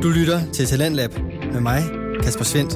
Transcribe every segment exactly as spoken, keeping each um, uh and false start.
Du lytter til Talentlab med mig, Kasper Svendt.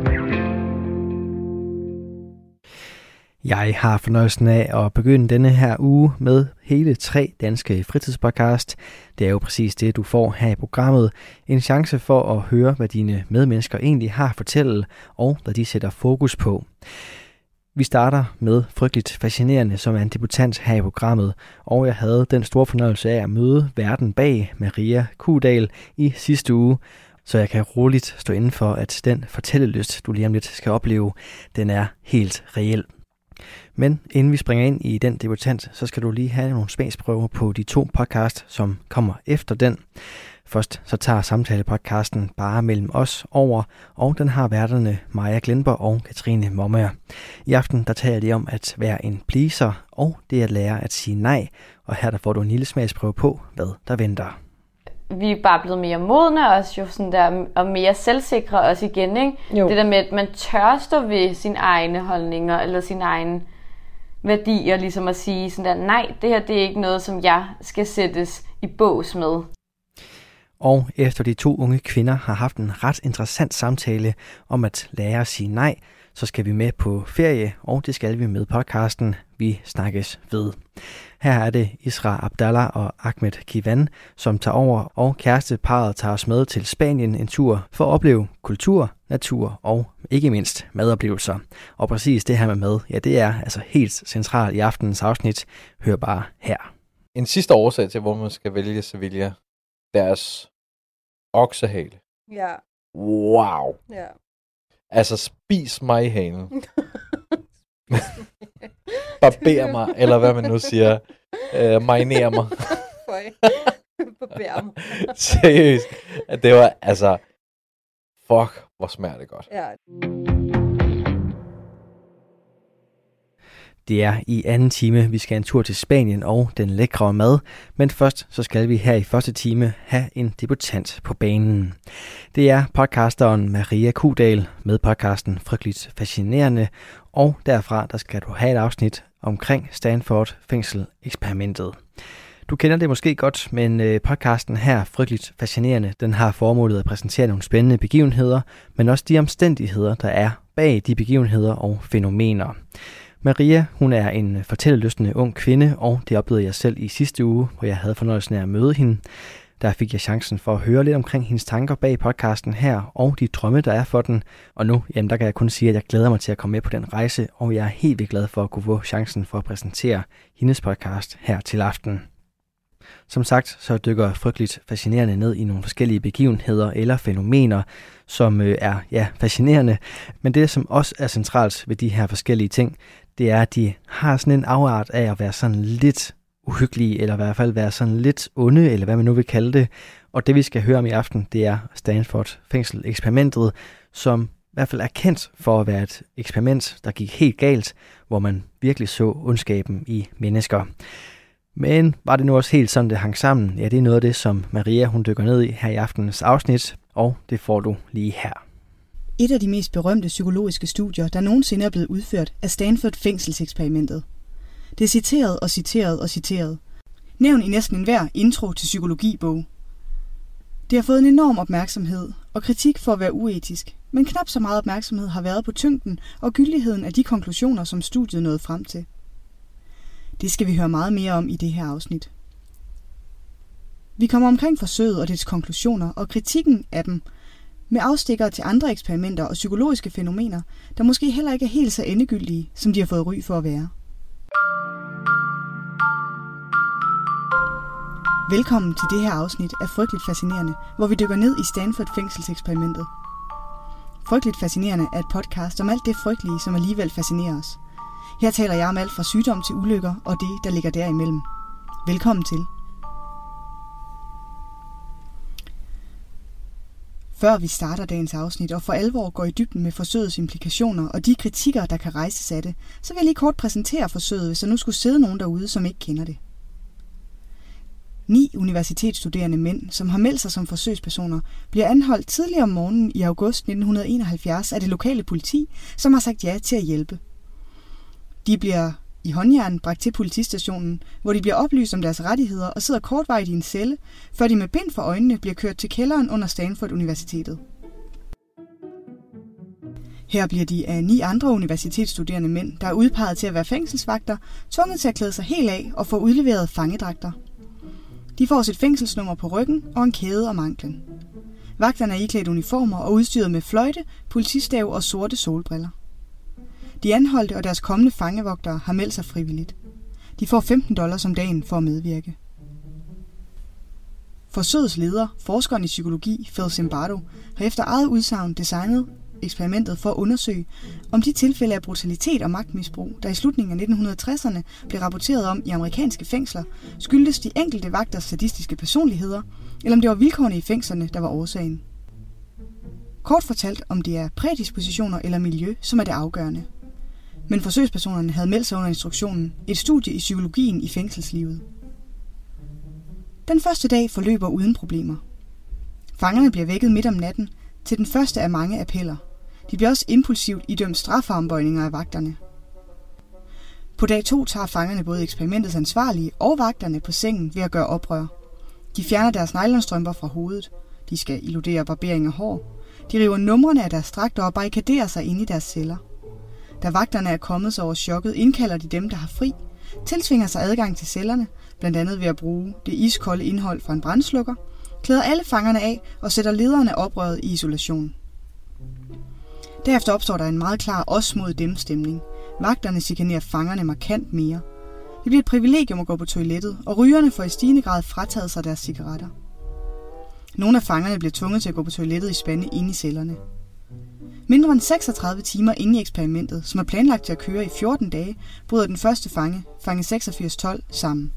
Jeg har fornøjelsen af at begynde denne her uge med hele tre danske fritidspodcast. Det er jo præcis det, du får her i programmet. En chance for at høre, hvad dine medmennesker egentlig har at fortælle, og hvad de sætter fokus på. Vi starter med Frygteligt Fascinerende, som er en debutant her i programmet, og jeg havde den store fornøjelse af at møde verden bag Maria Kuhdal i sidste uge, så jeg kan roligt stå inden for, at den fortællelyst, du lige om lidt skal opleve, den er helt reel. Men inden vi springer ind i den debutant, så skal du lige have nogle smagsprøver på de to podcast, som kommer efter den. Først så tager samtalepodcasten Bare mellem os over, og den har værterne Maja Glenborg og Katrine Mommer. I aften der taler de om at være en pleaser, og det at lære at sige nej, og her der får du en lille smagsprøve på, hvad der venter. Vi er bare blevet mere modne også, jo sådan der, og mere selvsikre også igen, ikke? Jo. Det der med, at man tør stå ved sine egne holdninger, eller sine egne værdier, ligesom at sige sådan der, nej, det her det er ikke noget, som jeg skal sættes i bås med. Og efter de to unge kvinder har haft en ret interessant samtale om at lære at sige nej, så skal vi med på ferie, og det skal vi med podcasten Vi Snakkes Ved. Her er det Isra Abdallah og Ahmed Kivan, som tager over, og kæresteparret tager os med til Spanien en tur for at opleve kultur, natur og ikke mindst madoplevelser. Og præcis det her med mad, ja det er altså helt centralt i aftenens afsnit. Hør bare her. En sidste årsag til, hvor man skal vælge Sevilla, deres oksehale. Ja. Wow. Ja. Altså, spis mig i halen. Barber mig, eller hvad man nu siger. Uh, mariner mig. Barber mig. Seriøst. Det var, altså, fuck, hvor smager det godt. Ja. Det er i anden time, vi skal en tur til Spanien og den lækre mad, men først så skal vi her i første time have en debutant på banen. Det er podcasteren Maria Kuhdal med podcasten Frygteligt Fascinerende, og derfra der skal du have et afsnit omkring Stanford Fængsel-eksperimentet. Du kender det måske godt, men podcasten her, Frygteligt Fascinerende, den har formålet at præsentere nogle spændende begivenheder, men også de omstændigheder, der er bag de begivenheder og fænomener. Maria, hun er en fortællelystende ung kvinde, og det oplevede jeg selv i sidste uge, hvor jeg havde fornøjelsen af at møde hende. Der fik jeg chancen for at høre lidt omkring hendes tanker bag podcasten her, og de drømme, der er for den. Og nu, jamen der kan jeg kun sige, at jeg glæder mig til at komme med på den rejse, og jeg er helt vildt glad for at kunne få chancen for at præsentere hendes podcast her til aften. Som sagt, så dykker Frygteligt Fascinerende ned i nogle forskellige begivenheder eller fænomener, som øh, er ja, fascinerende. Men det, som også er centralt ved de her forskellige ting, det er, at de har sådan en afart af at være sådan lidt uhyggelige, eller i hvert fald være sådan lidt onde, eller hvad man nu vil kalde det. Og det, vi skal høre om i aften, det er Stanford Fængsel-eksperimentet, som i hvert fald er kendt for at være et eksperiment, der gik helt galt, hvor man virkelig så ondskaben i mennesker. Men var det nu også helt sådan, det hang sammen? Ja, det er noget af det, som Maria hun dykker ned i her i aftenens afsnit, og det får du lige her. Et af de mest berømte psykologiske studier, der nogensinde er blevet udført, er Stanford Fængselseksperimentet. Det er citeret og citeret og citeret. Nævn i næsten enhver intro til psykologibog. Det har fået en enorm opmærksomhed og kritik for at være uetisk, men knap så meget opmærksomhed har været på tyngden og gyldigheden af de konklusioner, som studiet nåede frem til. Det skal vi høre meget mere om i det her afsnit. Vi kommer omkring forsøget og dets konklusioner og kritikken af dem, med afstikkere til andre eksperimenter og psykologiske fænomener, der måske heller ikke er helt så endegyldige, som de har fået ry for at være. Velkommen til det her afsnit af Frygteligt Fascinerende, hvor vi dykker ned i Stanford Fængselseksperimentet. Frygteligt Fascinerende er et podcast om alt det frygtelige, som alligevel fascinerer os. Her taler jeg om alt fra sygdom til ulykker og det, der ligger derimellem. Velkommen til. Før vi starter dagens afsnit og for alvor går i dybden med forsøgets implikationer og de kritikker, der kan rejses af det, så vil jeg lige kort præsentere forsøget, hvis der nu skulle sidde nogen derude, som ikke kender det. Ni universitetsstuderende mænd, som har meldt sig som forsøgspersoner, bliver anholdt tidligere om morgenen i august nitten enoghalvfjerds af det lokale politi, som har sagt ja til at hjælpe. De bliver i håndjern bragt til politistationen, hvor de bliver oplyst om deres rettigheder og sidder kortvarigt i en celle, før de med bind for øjnene bliver kørt til kælderen under Stanford Universitetet. Her bliver de af ni andre universitetsstuderende mænd, der er udpeget til at være fængselsvagter, tvunget til at klæde sig helt af og få udleveret fangedragter. De får sit fængselsnummer på ryggen og en kæde om anklen. Vagterne er iklædt uniformer og udstyret med fløjte, politistav og sorte solbriller. De anholdte og deres kommende fangevogtere har meldt sig frivilligt. De får femten dollars om dagen for at medvirke. Forsøgets leder, forskeren i psykologi, Phil Zimbardo, har efter eget udsagn designet eksperimentet for at undersøge, om de tilfælde af brutalitet og magtmisbrug, der i slutningen af nitten tresserne blev rapporteret om i amerikanske fængsler, skyldtes de enkelte vagters sadistiske personligheder, eller om det var vilkårene i fængslerne, der var årsagen. Kort fortalt, om det er prædispositioner eller miljø, som er det afgørende. Men forsøgspersonerne havde meldt sig under instruktionen et studie i psykologien i fængselslivet. Den første dag forløber uden problemer. Fangerne bliver vækket midt om natten til den første af mange appeller. De bliver også impulsivt idømt strafarmbøjninger af vagterne. På dag to tager fangerne både eksperimentets ansvarlige og vagterne på sengen ved at gøre oprør. De fjerner deres nylonstrømper fra hovedet. De skal illudere barbering af hår. De river numrene af deres dragter og barrikaderer sig inde i deres celler. Da vagterne er kommet sig over chokket, indkalder de dem, der har fri, tiltvinger sig adgang til cellerne, blandt andet ved at bruge det iskolde indhold fra en brandslukker, klæder alle fangerne af og sætter lederen af oprøret i isolation. Derefter opstår der en meget klar os mod dem stemning. Vagterne chikanerer fangerne markant mere. Det bliver et privilegium at gå på toilettet, og rygerne får i stigende grad frataget sig deres cigaretter. Nogle af fangerne bliver tvunget til at gå på toilettet i spande inde i cellerne. Mindre end seksogtredive timer inde i eksperimentet, som er planlagt til at køre i fjorten dage, bryder den første fange, fange seksogfirs tolv, sammen.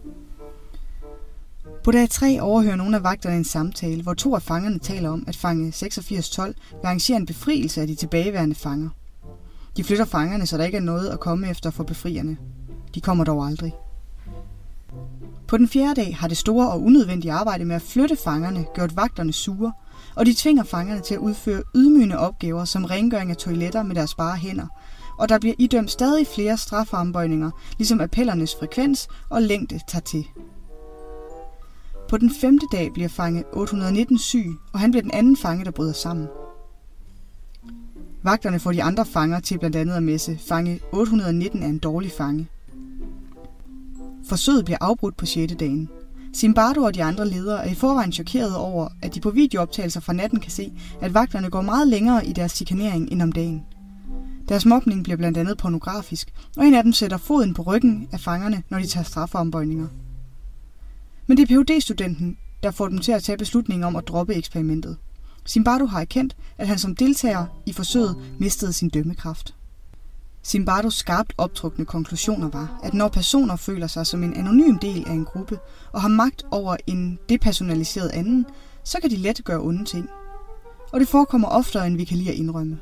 På dag tre overhører nogle af vagterne en samtale, hvor to af fangerne taler om, at fange seksogfirs tolv vil arrangere en befrielse af de tilbageværende fanger. De flytter fangerne, så der ikke er noget at komme efter for befrierne. De kommer dog aldrig. På den fjerde dag har det store og unødvendige arbejde med at flytte fangerne gjort vagterne sure, og de tvinger fangerne til at udføre ydmygende opgaver som rengøring af toiletter med deres bare hænder, og der bliver idømt stadig flere strafarmbøjninger, ligesom appellernes frekvens og længde tager til. På den femte dag bliver fange otte hundrede nitten syg, og han bliver den anden fange, der bryder sammen. Vagterne får de andre fanger til blandt andet at messe, fange otte hundrede nitten er en dårlig fange. Forsøget bliver afbrudt på sjette dagen. Zimbardo og de andre ledere er i forvejen chokeret over, at de på videooptagelser fra natten kan se, at vagterne går meget længere i deres chikanering end om dagen. Deres mobning bliver blandt andet pornografisk, og en af dem sætter foden på ryggen af fangerne, når de tager strafarmbøjninger. Men det er Ph.D.-studenten, der får dem til at tage beslutningen om at droppe eksperimentet. Zimbardo har erkendt, at han som deltager i forsøget mistede sin dømmekraft. Zimbardos skarpt optrukne konklusioner var, at når personer føler sig som en anonym del af en gruppe og har magt over en depersonaliseret anden, så kan de let gøre onde ting. Og det forekommer oftere, end vi kan lide at indrømme.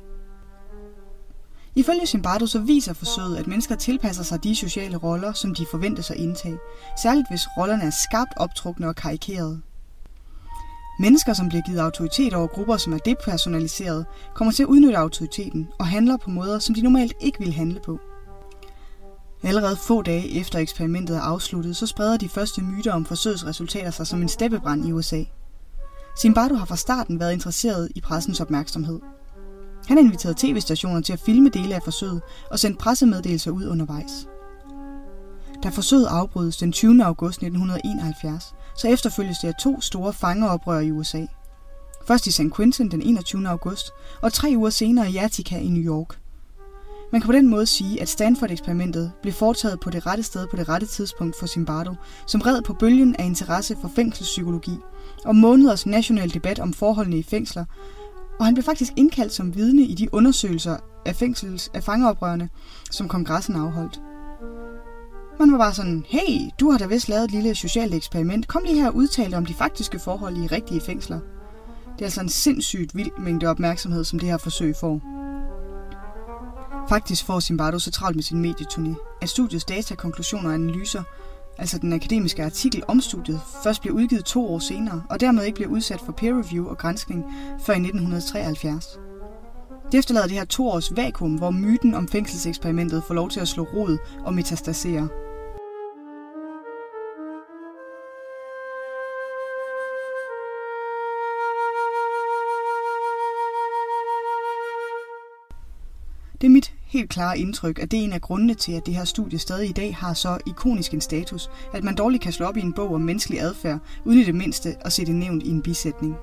Ifølge Zimbardo så viser forsøget, at mennesker tilpasser sig de sociale roller, som de forventes at indtage, særligt hvis rollerne er skarpt optrukne og karikerede. Mennesker, som bliver givet autoritet over grupper, som er depersonaliserede, kommer til at udnytte autoriteten og handler på måder, som de normalt ikke ville handle på. Allerede få dage efter eksperimentet er afsluttet, så spreder de første myter om forsøgets resultater sig som en steppebrand i U S A. Zimbardo har fra starten været interesseret i pressens opmærksomhed. Han har inviteret tv-stationer til at filme dele af forsøget og sendt pressemeddelelser ud undervejs. Da forsøget afbrydes den tyvende august nitten enoghalvfjerds, så efterfølges det af to store fangeoprør i U S A. Først i San Quentin den enogtyvende august, og tre uger senere i Attica i New York. Man kan på den måde sige, at Stanford-eksperimentet blev foretaget på det rette sted på det rette tidspunkt for Zimbardo, som red på bølgen af interesse for fængselspsykologi og måneders national debat om forholdene i fængsler, og han blev faktisk indkaldt som vidne i de undersøgelser af fængsels af fangeoprørene, som kongressen afholdt. Man var bare sådan, hey, du har da vist lavet et lille socialt eksperiment, kom lige her og udtale om de faktiske forhold i rigtige fængsler. Det er altså en sindssygt vild mængde opmærksomhed, som det her forsøg får. Faktisk får Zimbardo så travlt med sin medieturné, at studiets data, konklusioner og analyser, altså den akademiske artikel om studiet, først bliver udgivet to år senere, og dermed ikke bliver udsat for peer review og granskning før i nitten treoghalvfjerds. Det efterlader det her to års vakuum, hvor myten om fængselseksperimentet får lov til at slå rod og metastasere. Det er mit helt klare indtryk, at det er en af grundene til, at det her studie stadig i dag har så ikonisk en status, at man dårligt kan slå op i en bog om menneskelig adfærd, uden i det mindste at se det nævnt i en bisætning.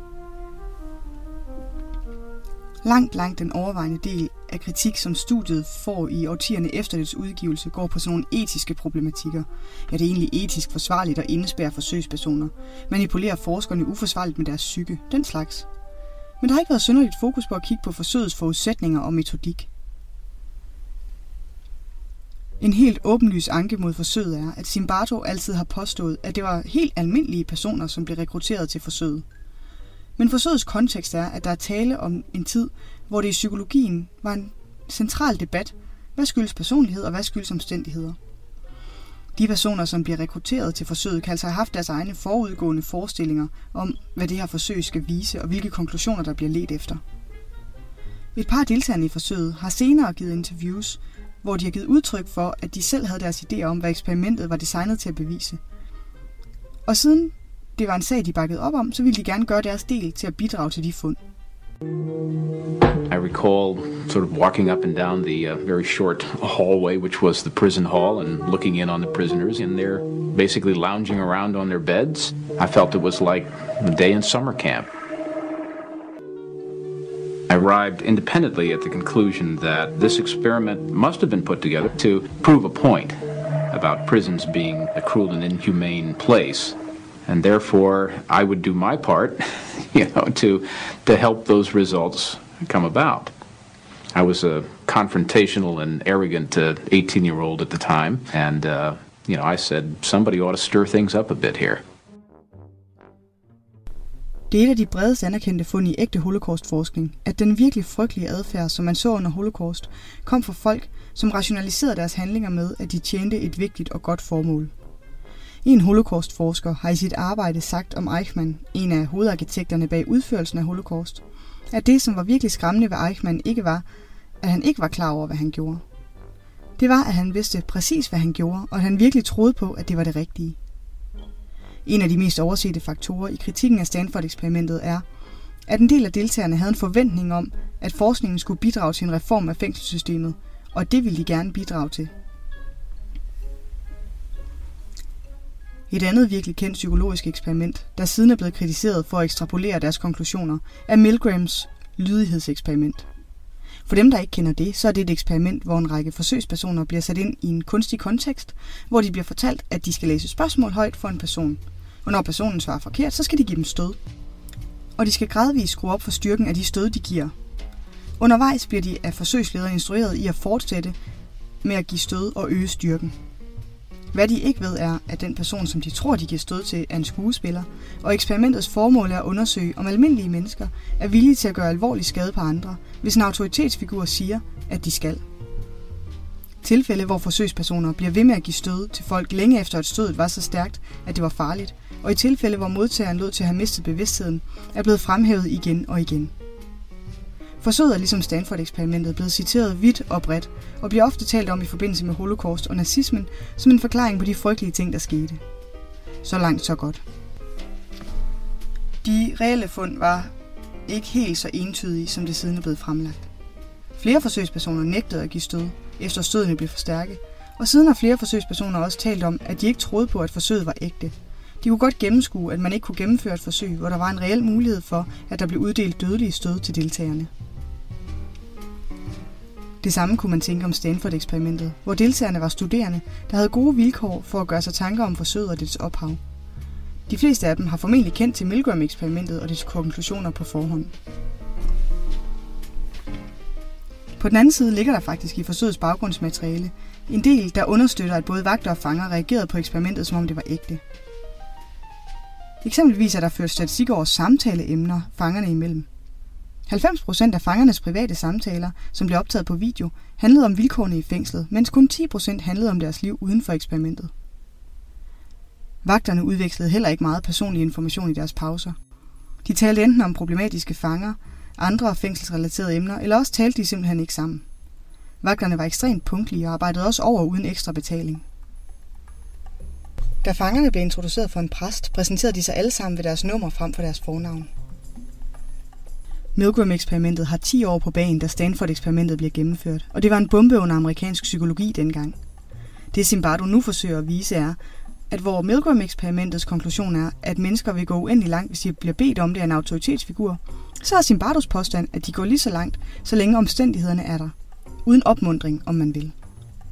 Langt, langt den overvejende del af kritik, som studiet får i årtierne efter dets udgivelse, går på sådan nogle etiske problematikker. Ja, det er egentlig etisk forsvarligt at indespærre forsøgspersoner, manipulere forskerne uforsvarligt med deres psyke, den slags. Men der har ikke været synderligt fokus på at kigge på forsøgets forudsætninger og metodik. En helt åbenlys anke mod forsøget er, at Zimbardo altid har påstået, at det var helt almindelige personer, som blev rekrutteret til forsøget. Men forsøgets kontekst er, at der er tale om en tid, hvor det i psykologien var en central debat, hvad skyldes personlighed og hvad skyldes omstændigheder. De personer, som bliver rekrutteret til forsøget, kan altså have haft deres egne forudgående forestillinger om, hvad det her forsøg skal vise og hvilke konklusioner, der bliver ledt efter. Et par deltagere i forsøget har senere givet interviews, hvor de har givet udtryk for, at de selv havde deres idéer om, hvad eksperimentet var designet til at bevise. Og siden det var en sag, de bakkede op om, så ville de gerne gøre deres del til at bidrage til de fund. I recall sort of walking up and down the uh, very short hallway, which was the prison hall, and looking in on the prisoners, and they're basically lounging around on their beds. I felt it was like a day in summer camp. I arrived independently at the conclusion that this experiment must have been put together to prove a point about prisons being a cruel and inhumane place. And therefore, I would do my part, you know, to to help those results come about. I was a confrontational and arrogant uh, eighteen-year-old at the time, and uh, you know, I said somebody ought to stir things up a bit here. Det er et af de bredest anerkendte fund i ægte holocaustforskning, at den virkelig frygtelige adfærd, som man så under holocaust, kom fra folk, som rationaliserede deres handlinger med, at de tjente et vigtigt og godt formål. En holocaustforsker har i sit arbejde sagt om Eichmann, en af hovedarkitekterne bag udførelsen af holocaust, at det, som var virkelig skræmmende ved Eichmann, ikke var, at han ikke var klar over, hvad han gjorde. Det var, at han vidste præcis, hvad han gjorde, og at han virkelig troede på, at det var det rigtige. En af de mest oversete faktorer i kritikken af Stanford-eksperimentet er, at en del af deltagerne havde en forventning om, at forskningen skulle bidrage til en reform af fængselssystemet, og det ville de gerne bidrage til. Et andet virkelig kendt psykologisk eksperiment, der siden er blevet kritiseret for at ekstrapolere deres konklusioner, er Milgrams lydighedseksperiment. For dem, der ikke kender det, så er det et eksperiment, hvor en række forsøgspersoner bliver sat ind i en kunstig kontekst, hvor de bliver fortalt, at de skal læse spørgsmål højt for en person. Og når personen svarer forkert, så skal de give dem stød. Og de skal gradvist skrue op for styrken af de stød, de giver. Undervejs bliver de af forsøgsledere instrueret i at fortsætte med at give stød og øge styrken. Hvad de ikke ved er, at den person, som de tror, de giver stød til, er en skuespiller, og eksperimentets formål er at undersøge, om almindelige mennesker er villige til at gøre alvorlig skade på andre, hvis en autoritetsfigur siger, at de skal. Tilfælde, hvor forsøgspersoner bliver ved med at give stød til folk længe efter, at stødet var så stærkt, at det var farligt, og i tilfælde, hvor modtageren lod til at have mistet bevidstheden, er blevet fremhævet igen og igen. Forsøget er ligesom Stanford-eksperimentet blevet citeret vidt og bredt, og bliver ofte talt om i forbindelse med holocaust og nazismen som en forklaring på de frygtelige ting, der skete. Så langt, så godt. De reelle fund var ikke helt så entydige, som det siden er blevet fremlagt. Flere forsøgspersoner nægtede at give stød, efter stødene blev for stærke, og siden har flere forsøgspersoner også talt om, at de ikke troede på, at forsøget var ægte. De kunne godt gennemskue, at man ikke kunne gennemføre et forsøg, hvor der var en reel mulighed for, at der blev uddelt dødelige stød til deltagerne. Det samme kunne man tænke om Stanford-eksperimentet, hvor deltagerne var studerende, der havde gode vilkår for at gøre sig tanker om forsøget og dets ophav. De fleste af dem har formentlig kendt til Milgram-eksperimentet og dets konklusioner på forhånd. På den anden side ligger der faktisk i forsøgets baggrundsmateriale en del, der understøtter, at både vagter og fanger reagerede på eksperimentet, som om det var ægte. Eksempelvis er der ført statistik over samtaleemner fangerne imellem. halvfems procent af fangernes private samtaler, som blev optaget på video, handlede om vilkårene i fængslet, mens kun ti procent handlede om deres liv uden for eksperimentet. Vagterne udvekslede heller ikke meget personlig information i deres pauser. De talte enten om problematiske fanger, andre fængselsrelaterede emner, eller også talte de simpelthen ikke sammen. Vagterne var ekstremt punktlige og arbejdede også over uden ekstra betaling. Da fangerne blev introduceret for en præst, præsenterede de sig alle sammen ved deres nummer frem for deres fornavn. Milgram-eksperimentet har ti år på bagen, da Stanford-eksperimentet bliver gennemført, og det var en bombe under amerikansk psykologi dengang. Det Zimbardo nu forsøger at vise er, at hvor Milgram-eksperimentets konklusion er, at mennesker vil gå uendelig langt, hvis de bliver bedt om det af en autoritetsfigur, så er Zimbardos påstand, at de går lige så langt, så længe omstændighederne er der. Uden opmuntring, om man vil.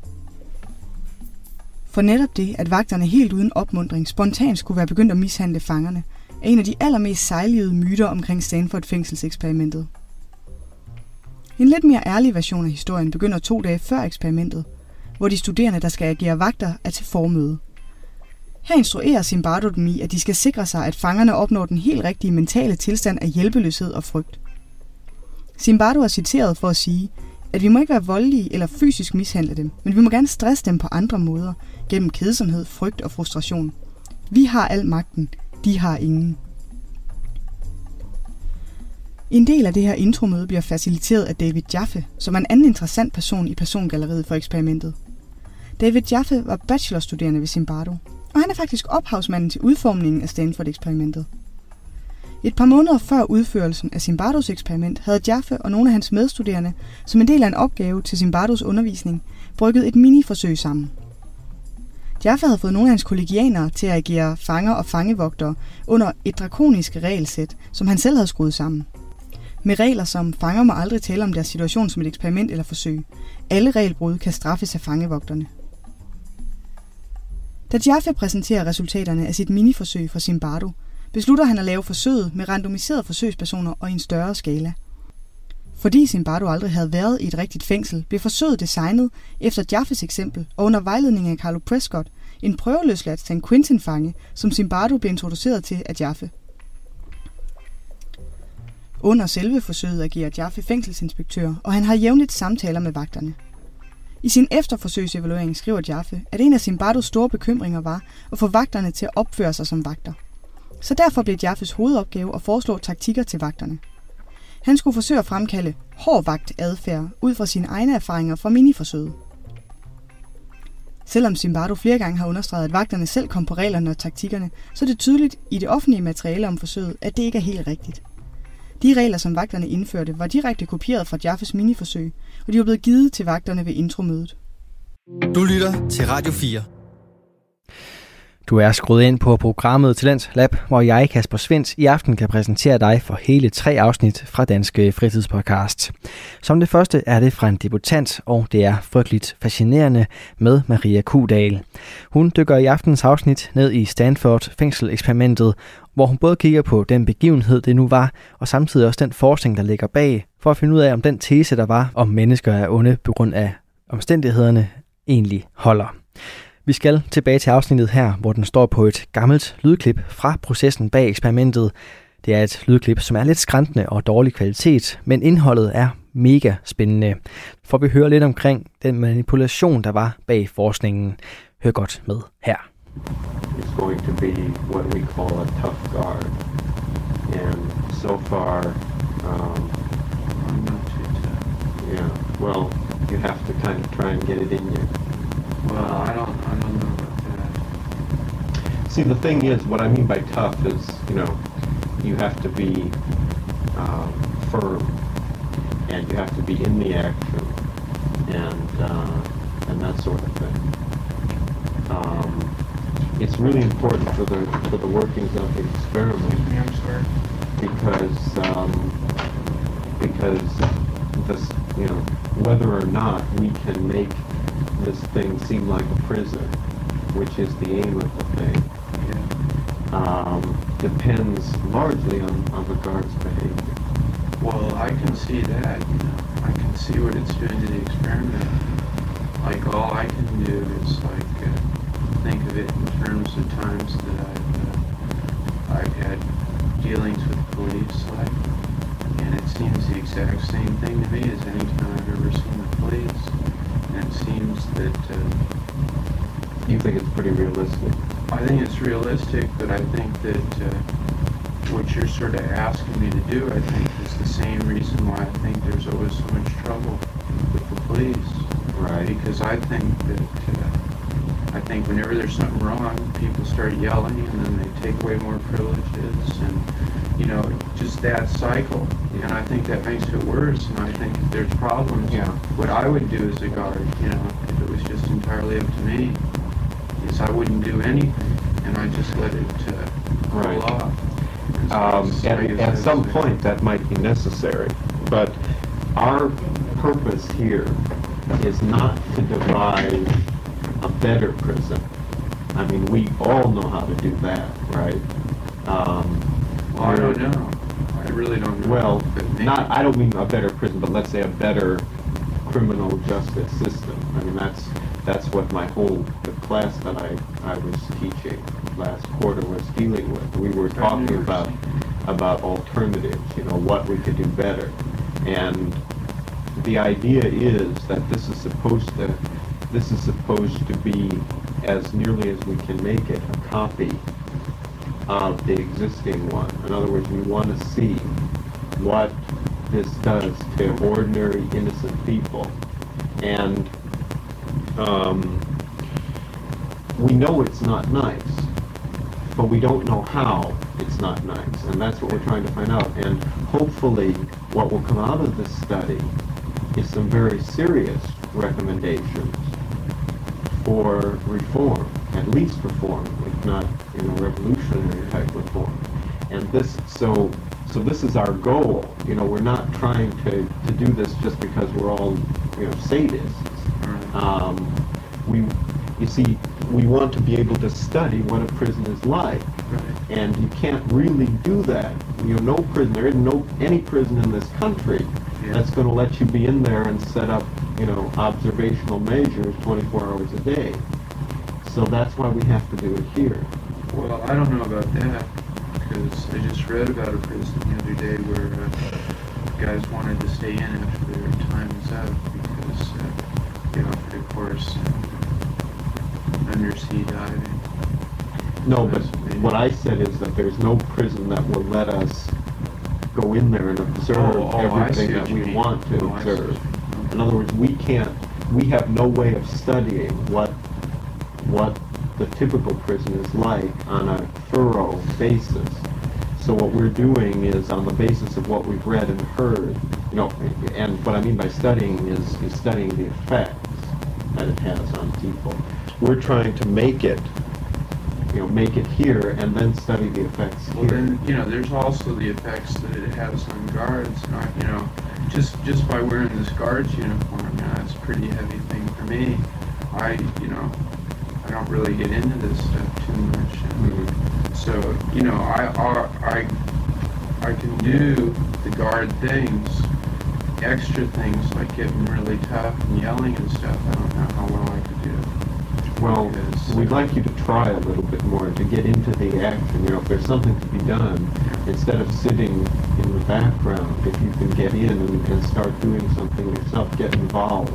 For netop det, at vagterne helt uden opmuntring spontant skulle være begyndt at mishandle fangerne, er en af de allermest sejlivede myter omkring Stanford-fængselseksperimentet. En lidt mere ærlig version af historien begynder to dage før eksperimentet, hvor de studerende, der skal agere vagter, er til formøde. Her instruerer Zimbardo dem i, at de skal sikre sig, at fangerne opnår den helt rigtige mentale tilstand af hjælpeløshed og frygt. Zimbardo er citeret for at sige, at vi må ikke være voldelige eller fysisk mishandle dem, men vi må gerne stresse dem på andre måder, gennem kedsomhed, frygt og frustration. Vi har al magten, de har ingen. En del af det her intromøde bliver faciliteret af David Jaffe, som er en anden interessant person i persongalleriet for eksperimentet. David Jaffe var bachelorstuderende ved Zimbardo, og han er faktisk ophavsmanden til udformningen af Stanford-eksperimentet. Et par måneder før udførelsen af Zimbardos eksperiment havde Jaffe og nogle af hans medstuderende, som en del af en opgave til Zimbardos undervisning, brygget et mini-forsøg sammen. Jaffe havde fået nogle af hans kollegianere til at agere fanger og fangevogtere under et drakonisk regelsæt, som han selv havde skruet sammen. Med regler som fanger må aldrig tale om deres situation som et eksperiment eller forsøg. Alle regelbrud kan straffes af fangevogterne. Da Jaffe præsenterer resultaterne af sit miniforsøg for Zimbardo, beslutter han at lave forsøget med randomiserede forsøgspersoner og i en større skala. Fordi Zimbardo aldrig havde været i et rigtigt fængsel, blev forsøget designet efter Jaffes eksempel og under vejledning af Carlo Prescott, en prøveløsladt San Quentin-fange, som Zimbardo blev introduceret til af Jaffe. Under selve forsøget agerer Jaffe fængselsinspektør, og han har jævnligt samtaler med vagterne. I sin efterforsøgsevaluering skriver Jaffe, at en af Zimbardos store bekymringer var at få vagterne til at opføre sig som vagter. Så derfor blev Jaffes hovedopgave at foreslå taktikker til vagterne. Han skulle forsøge at fremkalde hård vagtadfærd ud fra sine egne erfaringer fra miniforsøget. Selvom Zimbardo flere gange har understreget, at vagterne selv kom på reglerne og taktikkerne, så er det tydeligt i det offentlige materiale om forsøget, at det ikke er helt rigtigt. De regler, som vagterne indførte, var direkte kopieret fra Jaffes miniforsøg, og de var blevet givet til vagterne ved intromødet. Du lytter til Radio fire. Du er skruet ind på programmet Talent Lab, hvor jeg, Kasper Svendt, i aften kan præsentere dig for hele tre afsnit fra Danske Fritidspodcast. Som det første er det fra en debutant, og det er frygteligt fascinerende med Maria Kuhdal. Hun dykker i aftens afsnit ned i Stanford-fængseleksperimentet, hvor hun både kigger på den begivenhed, det nu var, og samtidig også den forskning, der ligger bag, for at finde ud af, om den tese, der var, om mennesker er onde på grund af omstændighederne, egentlig holder. Vi skal tilbage til afsnittet her, hvor den står på et gammelt lydklip fra processen bag eksperimentet. Det er et lydklip, som er lidt skrantende og dårlig kvalitet, men indholdet er mega spændende. For vi hører lidt omkring den manipulation, der var bag forskningen. Hør godt med her. It's going to be what we call a tough guard, and so far, um, I'm not too tough. Yeah, well, you have to kind of try and get it in you. Well, I don't, I don't know about that. See, the thing is, what I mean by tough is, you know, you have to be um, firm, and you have to be in the action, and uh, and that sort of thing. Um, it's really important for the for the workings of the experiment. I'm sorry. Because um, because this, you know, whether or not we can make this thing seem like a prison, which is the aim of the thing, yeah. um, depends largely on, on the guard's behavior. Well, I can see that, you know. I can see what it's doing to the experiment. Like, all I can do is, like, uh, think of it in terms of times that I've, uh, I've had dealings with police, like, and it seems the exact same thing to me as any time I've ever seen the police. And it seems that... Uh, you think it's pretty realistic? I think it's realistic, but I think that uh, what you're sort of asking me to do, I think, is the same reason why I think there's always so much trouble with the police. Right. Because I think that, uh, I think whenever there's something wrong, people start yelling and then they take away more privileges and, you know, just that cycle. And I think that makes it worse, and I think if there's problems, Yeah. what I would do as a guard, you know, if it was just entirely up to me, is I wouldn't do anything, and I just let it uh, roll Right. off. And so Um, it's- I and guess at that's some the- point that might be necessary, but our purpose here is not to devise a better prison. I mean, we all know how to do that, right? Um, Well, I don't know. I really don't know. Well, but maybe. not, I don't mean a better prison, but let's say a better criminal justice system. I mean, that's that's what my whole the class that I, I was teaching last quarter was dealing with. We were talking about about alternatives, you know, what we could do better. And the idea is that this is supposed to this is supposed to be, as nearly as we can make it, a copy of the existing one. In other words, we want to see what this does to ordinary, innocent people. And um, we know it's not nice, but we don't know how it's not nice. And that's what we're trying to find out. And hopefully what will come out of this study is some very serious recommendations for reform, at least reform, if not, you know, revolutionary type reform. And this, so, so this is our goal. You know, we're not trying to, to do this just because we're all, you know, sadists. Um, we, you see, we want to be able to study what a prison is like. Right. And you can't really do that. You know, no prison, there isn't no, any prison in this country Yeah. that's going to let you be in there and set up, you know, observational measures twenty-four hours a day. So that's why we have to do it here. Well, I don't know about that, because I just read about a prison the other day where uh, guys wanted to stay in after their time was up because uh, they offered a course in undersea diving. No, but what I said is that there's no prison that will let us go in there and observe Oh, oh, I see everything what that you we mean. want to Oh, I see observe. what you mean. In other words, we can't, we have no way of studying what what the typical prison is like on a thorough basis. So what we're doing is on the basis of what we've read and heard, you know, and what I mean by studying is, is studying the effects that it has on people. We're trying to make it, you know, make it here and then study the effects Well, here. then, you know, there's also the effects that it has on guards. And I, you know, just just by wearing this guard's uniform, you know, it's a pretty heavy thing for me. I, you know, I don't really get into this stuff too much. And Mhm. so, you know, I, I, I can do the guard things, extra things like getting really tough and yelling and stuff. I don't know how well I could do. Well, Because, we'd uh, like you to try a little bit more to get into the action. You know, if there's something to be done, instead of sitting in the background, if you can get in and, and start doing something yourself, get involved.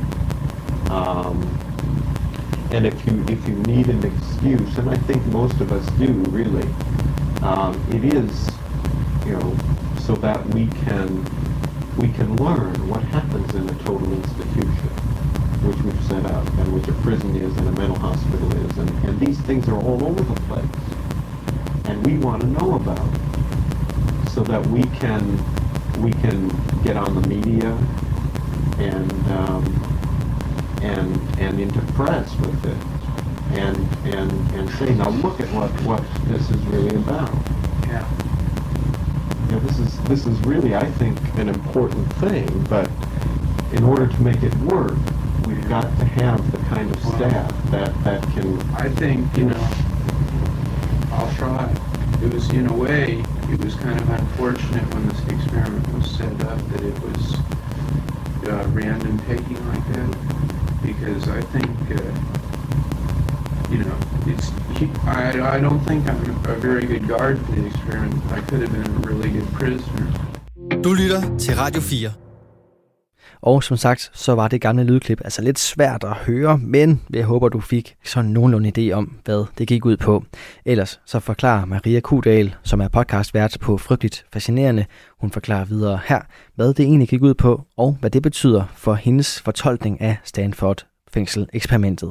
Um, and if you if you need an excuse, and I think most of us do really, um, it is, you know, so that we can we can learn what happens in a total institution, which we've set up, and which a prison is and a mental hospital is, and, and these things are all over the place, and we want to know about it, so that we can we can get on the media and um, and and into press with it, and and and say, now look at what what this is really about. Yeah. You know, this is this is really, I think, an important thing, but in order to make it work, we've got to have the kind of staff that, that can... I think, you know, I'll try. It was, in a way, it was kind of unfortunate when this experiment was set up that it was uh, random picking like that, because I think, uh, you know, it's, I, I don't think I'm a very good guard for the experiment. I could have been a really good prisoner. Du lytter til Radio fire. Og som sagt, så var det gamle lydklip altså lidt svært at høre, men jeg håber, du fik sådan nogenlunde idé om, hvad det gik ud på. Ellers så forklarer Maria Kuhdal, som er podcastvært på Frygteligt Fascinerende, hun forklarer videre her, hvad det egentlig gik ud på, og hvad det betyder for hendes fortolkning af Stanford-fængsel-eksperimentet.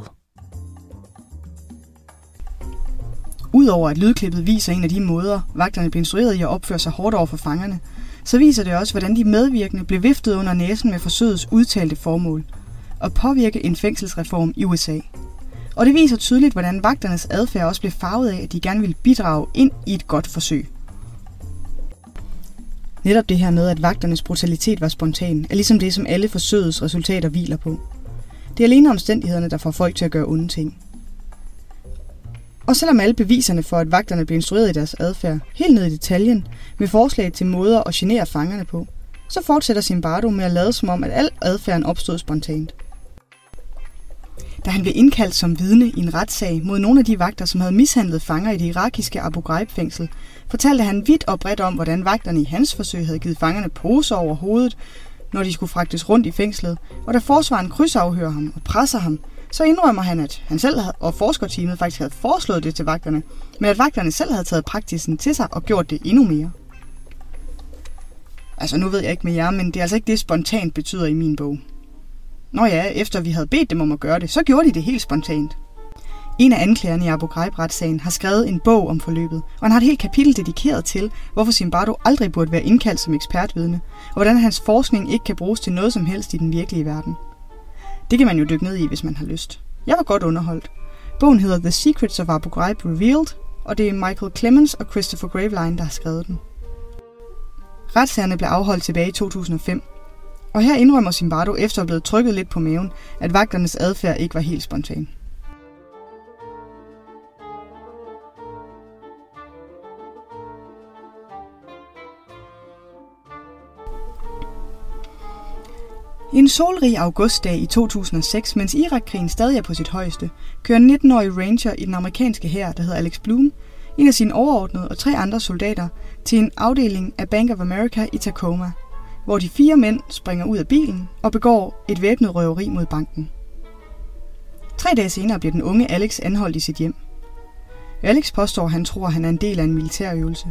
Udover at lydklippet viser en af de måder, vagterne blev instrueret i at opføre sig hårdt over for fangerne, så viser det også, hvordan de medvirkende blev viftet under næsen med forsøgets udtalte formål, at påvirke en fængselsreform i U S A. Og det viser tydeligt, hvordan vagternes adfærd også blev farvet af, at de gerne ville bidrage ind i et godt forsøg. Netop det her med, at vagternes brutalitet var spontan, er ligesom det, som alle forsøgets resultater hviler på. Det er alene omstændighederne, der får folk til at gøre onde ting. Og selvom alle beviserne for, at vagterne blev instrueret i deres adfærd, helt ned i detaljen, med forslag til måder at genere fangerne på, så fortsætter Zimbardo med at lade som om, at al adfærden opstod spontant. Da han blev indkaldt som vidne i en retssag mod nogle af de vagter, som havde mishandlet fanger i det irakiske Abu Ghraib-fængsel, fortalte han vidt og bredt om, hvordan vagterne i hans forsøg havde givet fangerne poser over hovedet, når de skulle fragtes rundt i fængslet, og da forsvaren krydsafhører ham og presser ham, så indrømmer han, at han selv og forskerteamet faktisk havde foreslået det til vagterne, men at vagterne selv havde taget praksisen til sig og gjort det endnu mere. Altså nu ved jeg ikke med jer, men det er altså ikke det, spontant betyder i min bog. Nå ja, efter vi havde bedt dem om at gøre det, så gjorde de det helt spontant. En af anklagerne i Abu Ghraib-retssagen har skrevet en bog om forløbet, og han har et helt kapitel dedikeret til, hvorfor Zimbardo aldrig burde være indkaldt som ekspertvidne, og hvordan hans forskning ikke kan bruges til noget som helst i den virkelige verden. Det kan man jo dykke ned i, hvis man har lyst. Jeg var godt underholdt. Bogen hedder The Secrets of Abu Ghraib Revealed, og det er Michael Clemens og Christopher Graveline, der har skrevet den. Retssagerne blev afholdt tilbage i to tusind og fem, og her indrømmer Zimbardo efter at have blevet trykket lidt på maven, at vagternes adfærd ikke var helt spontan. En solrig augustdag i to tusind og seks, mens Irakkrigen stadig er på sit højeste, kører en nitten-årig ranger i den amerikanske hær, der hedder Alex Bloom, en af sine overordnede og tre andre soldater, til en afdeling af Bank of America i Tacoma, hvor de fire mænd springer ud af bilen og begår et væbnet røveri mod banken. Tre dage senere bliver den unge Alex anholdt i sit hjem. Alex påstår, at han tror, at han er en del af en militærøvelse.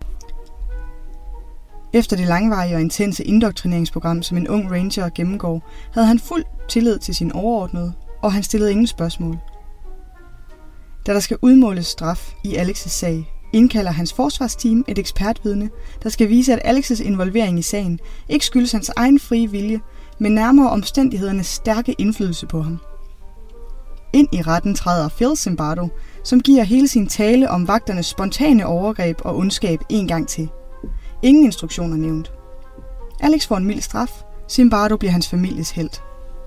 Efter det langvarige og intense indoktrineringsprogram, som en ung ranger gennemgår, havde han fuld tillid til sin overordnede, og han stillede ingen spørgsmål. Da der skal udmåles straf i Alex' sag, indkalder hans forsvarsteam et ekspertvidne, der skal vise, at Alex' involvering i sagen ikke skyldes hans egen frie vilje, men nærmere omstændighedernes stærke indflydelse på ham. Ind i retten træder Phil Zimbardo, som giver hele sin tale om vagternes spontane overgreb og ondskab en gang til. Ingen instruktioner nævnt. Alex får en mild straf. Zimbardo bliver hans families helt.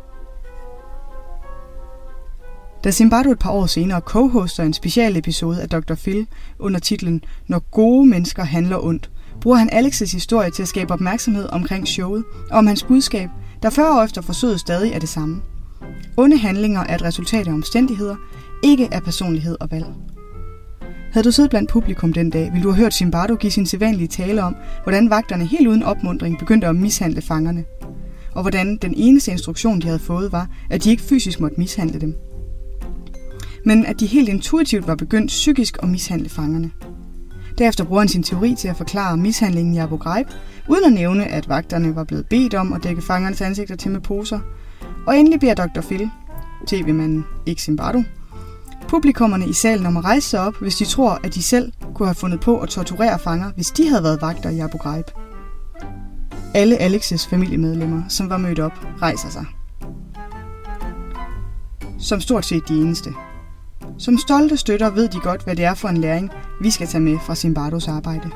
Da Zimbardo et par år senere co-hoster en special episode af doktor Phil under titlen Når gode mennesker handler ondt, bruger han Alex' historie til at skabe opmærksomhed omkring showet og om hans budskab, der fyrre år efter forsøget stadig er det samme. Onde handlinger er et resultat af omstændigheder, ikke af personlighed og valg. Havde du siddet blandt publikum den dag, ville du have hørt Zimbardo give sin sædvanlige tale om, hvordan vagterne helt uden opmuntring begyndte at mishandle fangerne, og hvordan den eneste instruktion, de havde fået, var, at de ikke fysisk måtte mishandle dem, men at de helt intuitivt var begyndt psykisk at mishandle fangerne. Derefter bruger han sin teori til at forklare mishandlingen i Abu Ghraib, uden at nævne, at vagterne var blevet bedt om at dække fangernes ansigter til med poser, og endelig beder doktor Phil, tv-manden ikke Zimbardo, publikummerne i salen om at rejse sig op, hvis de tror, at de selv kunne have fundet på at torturere fanger, hvis de havde været vagter i Abu Ghraib. Alle Alex' familiemedlemmer, som var mødt op, rejser sig. Som stort set de eneste. Som stolte støtter ved de godt, hvad det er for en læring, vi skal tage med fra Zimbardos arbejde.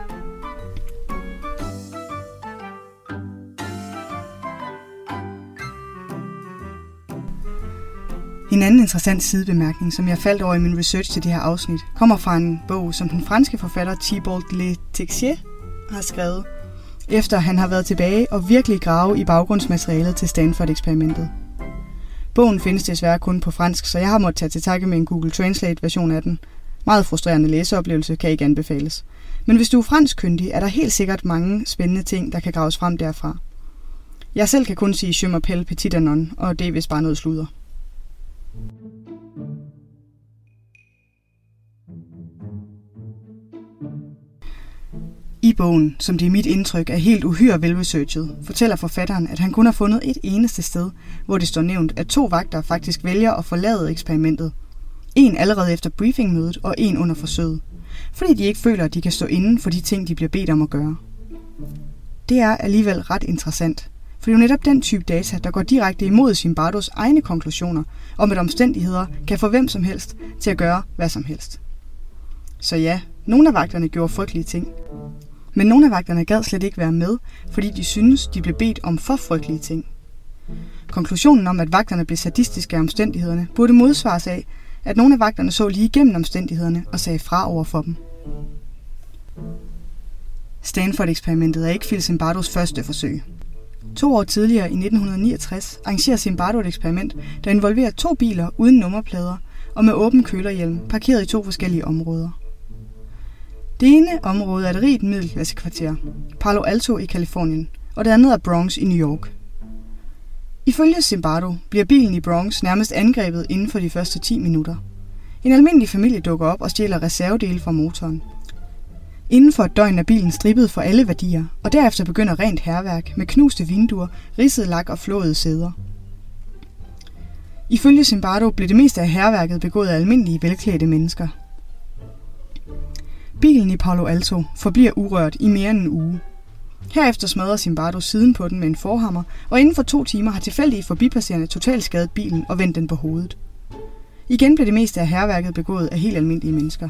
En anden interessant sidebemærkning, som jeg faldt over i min research til det her afsnit, kommer fra en bog, som den franske forfatter Thibault Le Texier har skrevet, efter han har været tilbage og virkelig grave i baggrundsmaterialet til Stanford-eksperimentet. Bogen findes desværre kun på fransk, så jeg har måttet tage til takke med en Google Translate-version af den. Meget frustrerende læseoplevelse kan ikke anbefales. Men hvis du er franskkyndig, er der helt sikkert mange spændende ting, der kan graves frem derfra. Jeg selv kan kun sige je m'appelle Petit Anon, og det er vist bare noget sludder. I bogen, som det er mit indtryk er helt uhyre velresearchet, fortæller forfatteren, at han kun har fundet et eneste sted, hvor det står nævnt, at to vagter faktisk vælger at forlade eksperimentet. En allerede efter briefingmødet og en under forsøget, fordi de ikke føler, at de kan stå inden for de ting, de bliver bedt om at gøre. Det er alligevel ret interessant, for det er jo netop den type data, der går direkte imod Zimbardos egne konklusioner om, at omstændigheder kan få hvem som helst til at gøre hvad som helst. Så ja, nogle af vagterne gjorde frygtelige ting. Men nogle af vagterne gad slet ikke være med, fordi de synes, de blev bedt om for frygtelige ting. Konklusionen om, at vagterne blev sadistiske af omstændighederne, burde modsvares af, at nogle af vagterne så lige igennem omstændighederne og sagde fra over for dem. Stanford-eksperimentet er ikke Phil Zimbardos første forsøg. To år tidligere, i nitten niogtres, arrangerer Zimbardo et eksperiment, der involverer to biler uden nummerplader og med åben kølerhjelm, parkeret i to forskellige områder. Det ene område er et rigt middelklassekvarter, Palo Alto i Californien, og det andet er Bronx i New York. Ifølge Zimbardo bliver bilen i Bronx nærmest angrebet inden for de første ti minutter. En almindelig familie dukker op og stjæler reservedele fra motoren. Inden for et døgn er bilen strippet for alle værdier, og derefter begynder rent hærværk med knuste vinduer, ridset lak og flåede sæder. Ifølge Zimbardo blev det meste af hærværket begået af almindelige velklædte mennesker. Bilen i Palo Alto forbliver urørt i mere end en uge. Herefter smadrer Zimbardo siden på den med en forhammer, og inden for to timer har tilfældige forbipasserende totalt skadet bilen og vendt den på hovedet. Igen blev det meste af hærværket begået af helt almindelige mennesker.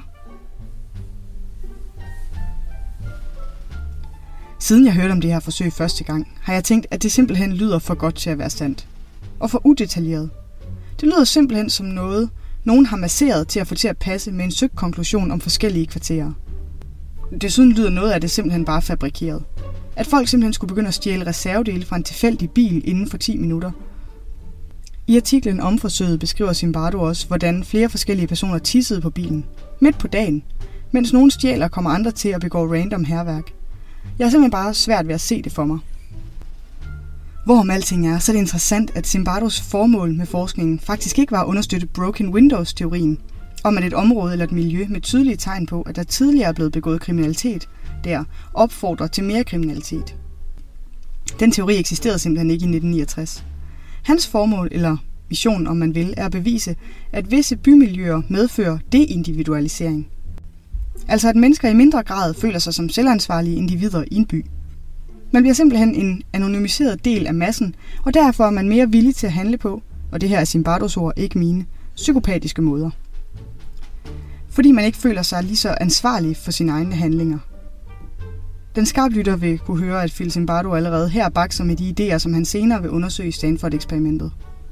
Siden jeg hørte om det her forsøg første gang, har jeg tænkt, at det simpelthen lyder for godt til at være sandt. Og for udetaljeret. Det lyder simpelthen som noget, nogen har masseret til at få til at passe med en søgt konklusion om forskellige kvarterer. Desuden lyder noget af det simpelthen bare fabrikeret. At folk simpelthen skulle begynde at stjæle reservedele fra en tilfældig bil inden for ti minutter. I artiklen om forsøget beskriver Zimbardo også, hvordan flere forskellige personer tissede på bilen, midt på dagen, mens nogle stjæler kommer andre til at begå random hærværk. Jeg har simpelthen bare svært ved at se det for mig. Hvorom alting er, så er det interessant, at Zimbardos formål med forskningen faktisk ikke var at understøtte Broken Windows-teorien, om at et område eller et miljø med tydelige tegn på, at der tidligere er blevet begået kriminalitet, der opfordrer til mere kriminalitet. Den teori eksisterede simpelthen ikke i nitten niogtres. Hans formål, eller mission om man vil, er at bevise, at visse bymiljøer medfører deindividualisering. Altså at mennesker i mindre grad føler sig som selvansvarlige individer i en by. Man bliver simpelthen en anonymiseret del af massen, og derfor er man mere villig til at handle på, og det her er Zimbardos ord, ikke mine, psykopatiske måder. Fordi man ikke føler sig lige så ansvarlig for sine egne handlinger. Den skarplytter vil kunne høre, at Phil Zimbardo allerede her bakser med de idéer, som han senere vil undersøge i Stanford-eksperimentet.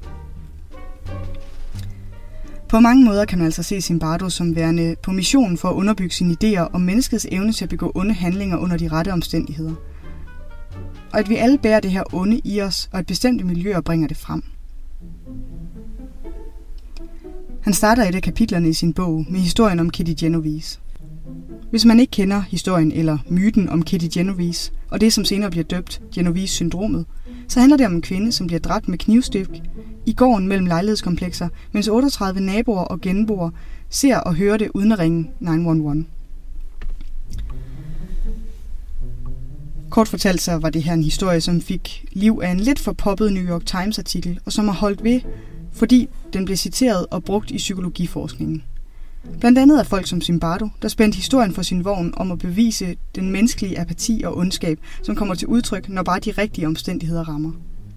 På mange måder kan man altså se Zimbardo som værende på missionen for at underbygge sine idéer om menneskets evne til at begå onde handlinger under de rette omstændigheder. Og at vi alle bærer det her onde i os, og at bestemte miljøer bringer det frem. Han starter et af kapitlerne i sin bog med historien om Kitty Genovese. Hvis man ikke kender historien eller myten om Kitty Genovese, og det som senere bliver døbt Genovese-syndromet, så handler det om en kvinde, som bliver dræbt med knivstik i gården mellem lejlighedskomplekser, mens otteogtredive naboer og genboer ser og hører det uden at ringe ni et et. Kort fortalt så var det her en historie, som fik liv af en lidt for poppet New York Times artikel, og som har holdt ved, fordi den blev citeret og brugt i psykologiforskningen. Blandt andet af folk som Zimbardo, der spændte historien for sin vogn om at bevise den menneskelige apati og ondskab, som kommer til udtryk, når bare de rigtige omstændigheder rammer.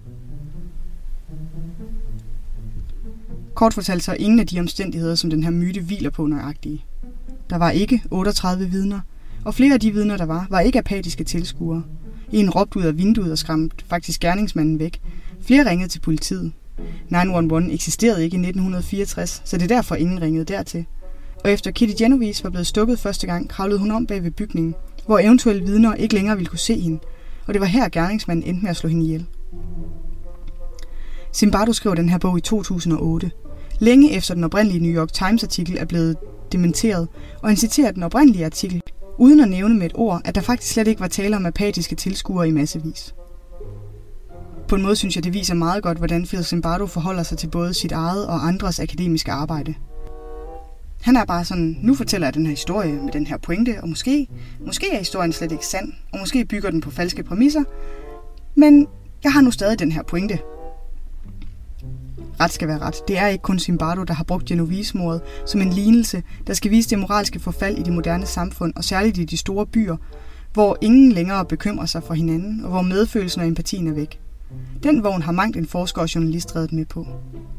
Kort fortalt så er ingen af de omstændigheder, som den her myte hviler på, nøjagtige. Der var ikke otteogtredive vidner, og flere af de vidner, der var, var ikke apatiske tilskuere. En råbte ud af vinduet og skræmte faktisk gerningsmanden væk. Flere ringede til politiet. ni et et eksisterede ikke i nitten fireogtres, så det er derfor ingen ringede dertil. Og efter Kitty Genovese var blevet stukket første gang, kravlede hun om bag ved bygningen, hvor eventuelle vidner ikke længere ville kunne se hende, og det var her gerningsmanden endte med at slå hende ihjel. Zimbardo skrev den her bog i to tusind og otte, længe efter den oprindelige New York Times artikel er blevet dementeret, og han citerer den oprindelige artikel, uden at nævne med et ord, at der faktisk slet ikke var tale om apatiske tilskuere i massevis. På en måde synes jeg, det viser meget godt, hvordan Phil Zimbardo forholder sig til både sit eget og andres akademiske arbejde. Han er bare sådan, nu fortæller jeg den her historie med den her pointe, og måske, måske er historien slet ikke sand, og måske bygger den på falske præmisser, men jeg har nu stadig den her pointe. Ret skal være ret. Det er ikke kun Zimbardo, der har brugt Genovese-mordet som en lignelse, der skal vise det moralske forfald i det moderne samfund, og særligt i de store byer, hvor ingen længere bekymrer sig for hinanden, og hvor medfølelsen og empatien er væk. Den vogn har mangt en forsker og journalist reddet med på.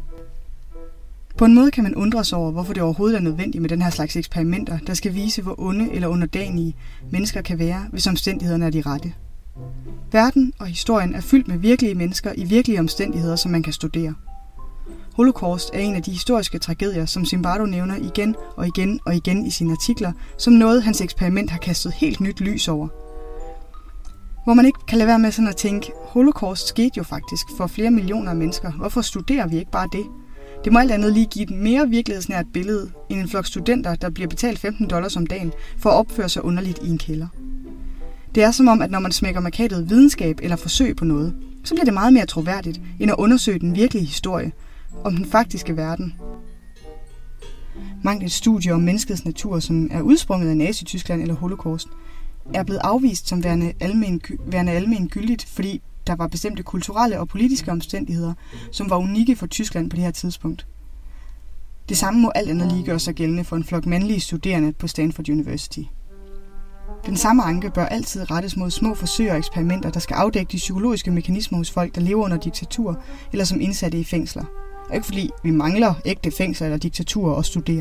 På en måde kan man undre sig over, hvorfor det overhovedet er nødvendigt med den her slags eksperimenter, der skal vise, hvor onde eller underdanige mennesker kan være, hvis omstændighederne er de rette. Verden og historien er fyldt med virkelige mennesker i virkelige omstændigheder, som man kan studere. Holocaust er en af de historiske tragedier, som Zimbardo nævner igen og igen og igen i sine artikler, som noget hans eksperiment har kastet helt nyt lys over. Hvor man ikke kan lade være med sådan at tænke, Holocaust skete jo faktisk for flere millioner af mennesker. Hvorfor studerer vi ikke bare det? Det må alt andet lige give et mere virkelighedsnært billede end en flok studenter, der bliver betalt femten dollars om dagen for at opføre sig underligt i en kælder. Det er som om, at når man smækker markedet videnskab eller forsøg på noget, så bliver det meget mere troværdigt, end at undersøge den virkelige historie om den faktiske verden. Mangt et studie om menneskets natur, som er udsprunget af Nazi-Tyskland eller Holocaust, er blevet afvist som værende almen, værende almen gyldigt, fordi der var bestemte kulturelle og politiske omstændigheder, som var unikke for Tyskland på det her tidspunkt. Det samme må alt andet lige gøre sig gældende for en flok mandlige studerende på Stanford University. Den samme anke bør altid rettes mod små forsøg og eksperimenter, der skal afdække de psykologiske mekanismer hos folk, der lever under diktatur eller som indsatte i fængsler. Og ikke fordi vi mangler ægte fængsler eller diktaturer og studerer.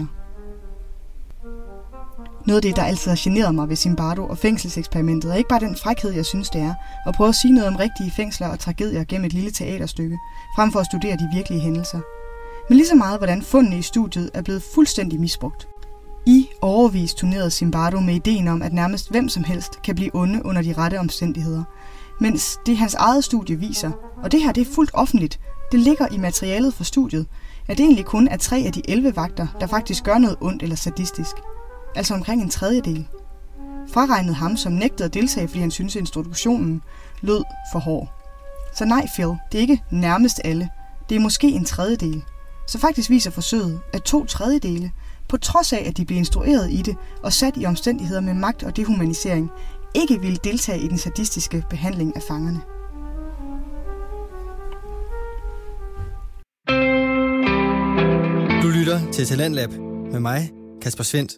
Noget af det, der altid har generet mig ved Zimbardo og fængselseksperimentet, er ikke bare den frækhed, jeg synes det er, at prøve at sige noget om rigtige fængsler og tragedier gennem et lille teaterstykke, frem for at studere de virkelige hændelser. Men lige så meget, hvordan fundene i studiet er blevet fuldstændig misbrugt. I årevis turnerede Zimbardo med ideen om, at nærmest hvem som helst kan blive onde under de rette omstændigheder. Mens det hans eget studie viser, og det her det er fuldt offentligt, det ligger i materialet for studiet, at det egentlig kun er tre af de elleve vagter, der faktisk gør noget ondt eller sadistisk. Altså omkring en tredjedel. Fraregnet ham, som nægtede at deltage, fordi han syntes, at introduktionen lød for hård. Så nej, Phil, det er ikke nærmest alle. Det er måske en tredjedel. Så faktisk viser forsøget, at to tredjedele, på trods af, at de blev instrueret i det og sat i omstændigheder med magt og dehumanisering, ikke ville deltage i den sadistiske behandling af fangerne. Du lytter til Talentlab med mig, Kasper Svendt.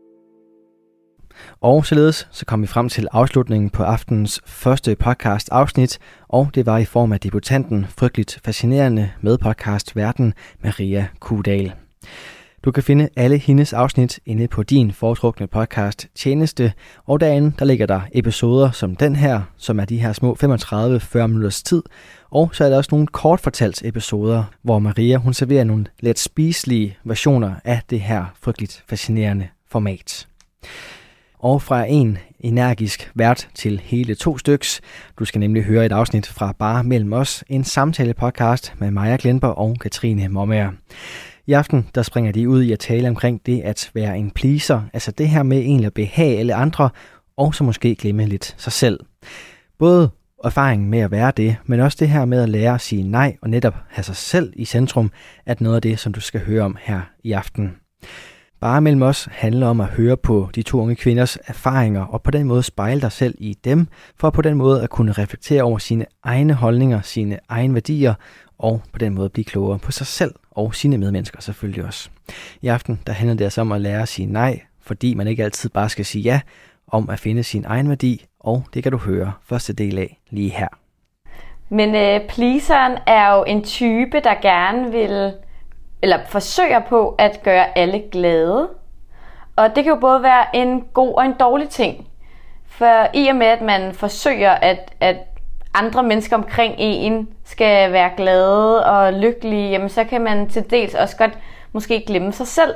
Og således så kom vi frem til afslutningen på aftenens første podcast afsnit, og det var i form af debutanten Frygteligt Fascinerende med podcast Verden, Maria Kuhdal. Du kan finde alle hendes afsnit inde på din foretrukne podcast tjeneste, og derinde der ligger der episoder som den her, som er de her små femogtredive til fyrre minutters tid, og så er der også nogle kortfortalt episoder, hvor Maria hun serverer nogle let spiselige versioner af det her frygteligt fascinerende format. Og fra en energisk vært til hele to styks. Du skal nemlig høre et afsnit fra Bare Mellem Os, en samtale-podcast med Maja Glenberg og Katrine Mommer. I aften der springer de ud i at tale omkring det at være en pleaser, altså det her med egentlig at behage alle andre, og så måske glemme lidt sig selv. Både erfaringen med at være det, men også det her med at lære at sige nej og netop have sig selv i centrum, er noget af det, som du skal høre om her i aften. Bare Mellem Os handler om at høre på de to unge kvinders erfaringer og på den måde spejle dig selv i dem, for på den måde at kunne reflektere over sine egne holdninger, sine egne værdier og på den måde blive klogere på sig selv og sine medmennesker selvfølgelig også. I aften der handler det altså om at lære at sige nej, fordi man ikke altid bare skal sige ja, om at finde sin egen værdi, og det kan du høre første del af lige her. Men øh, pleaseren er jo en type, der gerne vil eller forsøger på at gøre alle glade. Og det kan jo både være en god og en dårlig ting. For i og med, at man forsøger, at, at andre mennesker omkring en skal være glade og lykkelige, jamen så kan man til dels også godt måske glemme sig selv.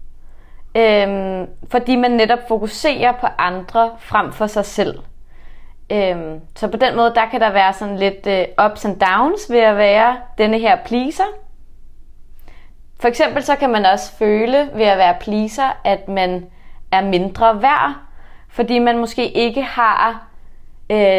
Øhm, fordi man netop fokuserer på andre frem for sig selv. Øhm, så på den måde, der kan der være sådan lidt uh, ups and downs ved at være denne her pleaser. For eksempel så kan man også føle ved at være pleaser, at man er mindre værd, fordi man måske ikke har øh,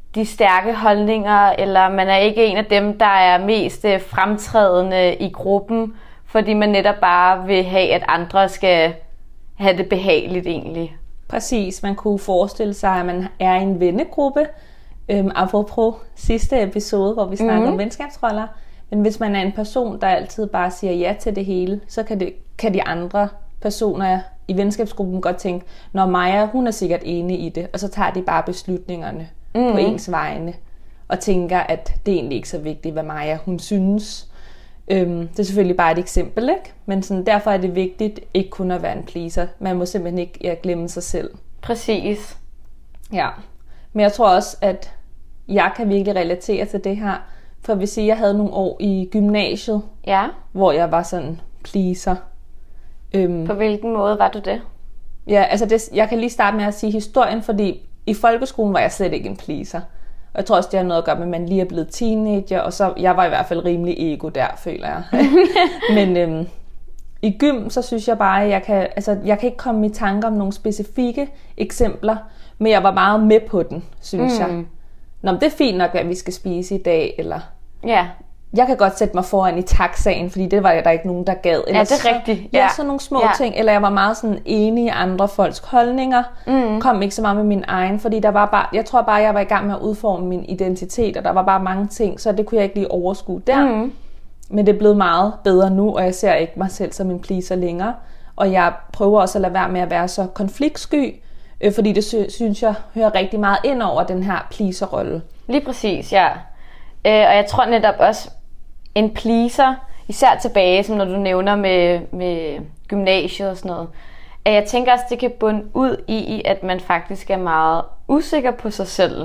de stærke holdninger, eller man er ikke en af dem, der er mest fremtrædende i gruppen, fordi man netop bare vil have, at andre skal have det behageligt egentlig. Præcis, man kunne forestille sig, at man er i en vennegruppe, øhm, apropos sidste episode, hvor vi snakker mm. om venskabsroller. Men hvis man er en person, der altid bare siger ja til det hele, så kan, det, kan de andre personer i venskabsgruppen godt tænke, når Maja, hun er sikkert enig i det, og så tager de bare beslutningerne mm. på ens vegne, og tænker, at det er egentlig ikke så vigtigt, hvad Maja, hun synes. Øhm, det er selvfølgelig bare et eksempel, ikke? Men sådan, derfor er det vigtigt ikke kun at være en pleaser. Man må simpelthen ikke ja, glemme sig selv. Præcis. Ja, men jeg tror også, at jeg kan virkelig relatere til det her. For jeg vil sige, at jeg havde nogle år i gymnasiet, ja. hvor jeg var sådan pleaser. Øhm, På hvilken måde var du det? Ja, altså det, jeg kan lige starte med at sige historien, fordi i folkeskolen var jeg slet ikke en pleaser. Og jeg tror også, det har noget at gøre med, at man lige er blevet teenager, og så jeg var i hvert fald rimelig ego der, føler jeg. Men øhm, i gym, så synes jeg bare, at jeg kan, altså, jeg kan ikke komme i tanker om nogle specifikke eksempler, men jeg var meget med på den, synes mm. jeg. Nå, men det er fint nok, hvad vi skal spise i dag, eller... Ja. Jeg kan godt sætte mig foran i taxaen, fordi det var der ikke nogen, der gad. Eller ja, det er så, rigtigt. Ja, sådan nogle små ja. ting. Eller jeg var meget sådan enig i andre folks holdninger. Mm. Kom ikke så meget med min egen, fordi der var bare... Jeg tror bare, jeg var i gang med at udforme min identitet, og der var bare mange ting, så det kunne jeg ikke lige overskue der. Mm. Men det er blevet meget bedre nu, og jeg ser ikke mig selv som en pleaser længere. Og jeg prøver også at lade være med at være så konfliktsky, øh, fordi det sy- synes jeg hører rigtig meget ind over den her pleaser-rolle. Lige præcis, ja. Øh, og jeg tror netop også, en pleaser, især tilbage, som når du nævner med, med gymnasiet og sådan noget, at jeg tænker også, det kan bunde ud i, at man faktisk er meget usikker på sig selv.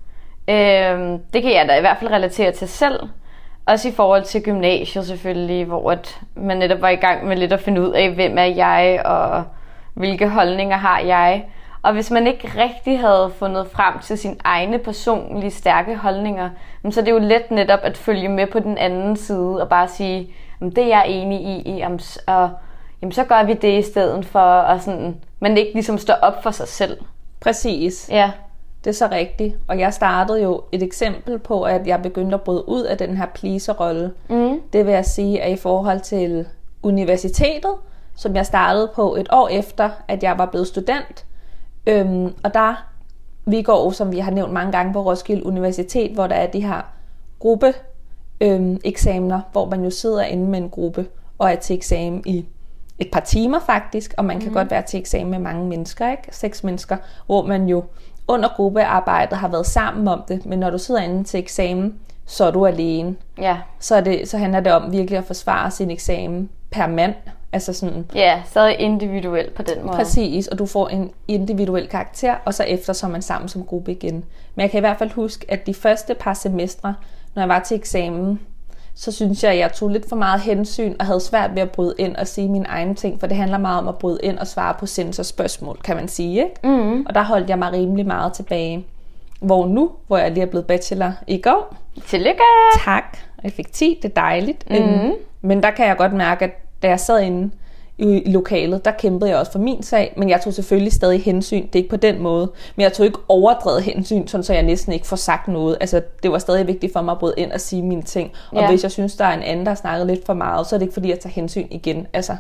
Øh, det kan jeg da i hvert fald relatere til selv. Også i forhold til gymnasiet selvfølgelig, hvor at man netop var i gang med lidt at finde ud af, hvem er jeg, og hvilke holdninger har jeg. Og hvis man ikke rigtig havde fundet frem til sine egne personlige stærke holdninger, så er det jo let netop at følge med på den anden side og bare sige, det er jeg enig i, og jamen, så gør vi det i stedet for, og sådan, man ikke ligesom står op for sig selv. Præcis. Ja. Det er så rigtigt. Og jeg startede jo et eksempel på, at jeg begyndte at bryde ud af den her pleaser-rolle. Mm. Det vil jeg sige, at i forhold til universitetet, som jeg startede på et år efter, at jeg var blevet student. Øhm, og der, vi går, som vi har nævnt mange gange på Roskilde Universitet, hvor der er de her gruppe øhm, eksamener, hvor man jo sidder inde med en gruppe og er til eksamen i et par timer faktisk, og man kan mm. godt være til eksamen med mange mennesker, ikke? Seks mennesker, hvor man jo under gruppearbejdet har været sammen om det, men når du sidder inde til eksamen, så er du alene. Ja. Så, er det, så handler det om virkelig at forsvare sin eksamen per mand. Altså sådan, ja, stadig individuelt på den måde. Præcis, og du får en individuel karakter, og så efter så er man sammen som gruppe igen. Men jeg kan i hvert fald huske, at de første par semestre, når jeg var til eksamen, så synes jeg, at jeg tog lidt for meget hensyn og havde svært ved at bryde ind og sige mine egne ting, for det handler meget om at bryde ind og svare på sensorspørgsmål, kan man sige, ikke? Mm. Og der holdt jeg mig rimelig meget tilbage. Hvor nu, hvor jeg lige er blevet bachelor i går. Tillykke! Tak. Jeg fik ti, det er dejligt. Mm. Men der kan jeg godt mærke, at da jeg sad inde i lokalet, der kæmpede jeg også for min sag, men jeg tog selvfølgelig stadig hensyn. Det er ikke på den måde, men jeg tog ikke overdrevet hensyn, sådan så jeg næsten ikke får sagt noget. Altså, det var stadig vigtigt for mig at bryde ind og sige mine ting. Og ja. Hvis jeg synes, der er en anden, der har snakket lidt for meget, så er det ikke fordi, jeg tager hensyn igen. Altså.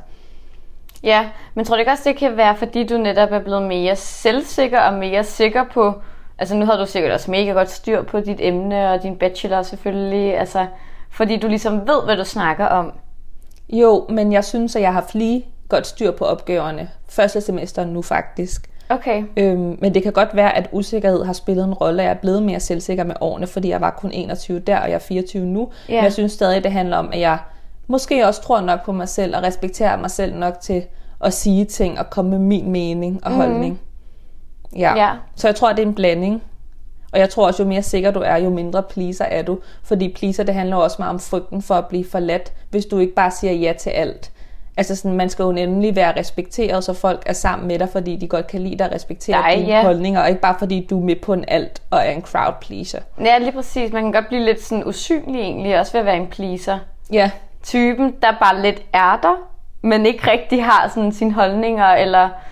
Ja, men tror du ikke også, det kan være, fordi du netop er blevet mere selvsikker og mere sikker på, altså nu havde du sikkert også mega godt styr på dit emne og din bachelor selvfølgelig, altså fordi du ligesom ved, hvad du snakker om. Jo, men jeg synes, at jeg har haft lige godt styr på opgaverne første semester nu faktisk. Okay. Øhm, men det kan godt være, at usikkerhed har spillet en rolle, og jeg er blevet mere selvsikker med årene, fordi jeg var kun enogtyve der, og jeg er fireogtyve nu. Yeah. Men jeg synes stadig, det handler om, at jeg måske også tror nok på mig selv, og respekterer mig selv nok til at sige ting, og komme med min mening og holdning. Mm. Ja. Yeah. Så jeg tror, det er en blanding. Og jeg tror også, jo mere sikker du er, jo mindre pleaser er du. Fordi pleaser, det handler også meget om frygten for at blive forladt, hvis du ikke bare siger ja til alt. Altså sådan, man skal jo nemlig være respekteret, så folk er sammen med dig, fordi de godt kan lide dig og respektere Nej, dine ja. holdninger, og ikke bare fordi du er med på en alt og er en crowd pleaser. Ja, lige præcis. Man kan godt blive lidt sådan usynlig egentlig, også ved at være en pleaser. Ja. Typen, der bare lidt er der, men ikke rigtig har sådan sine holdninger, eller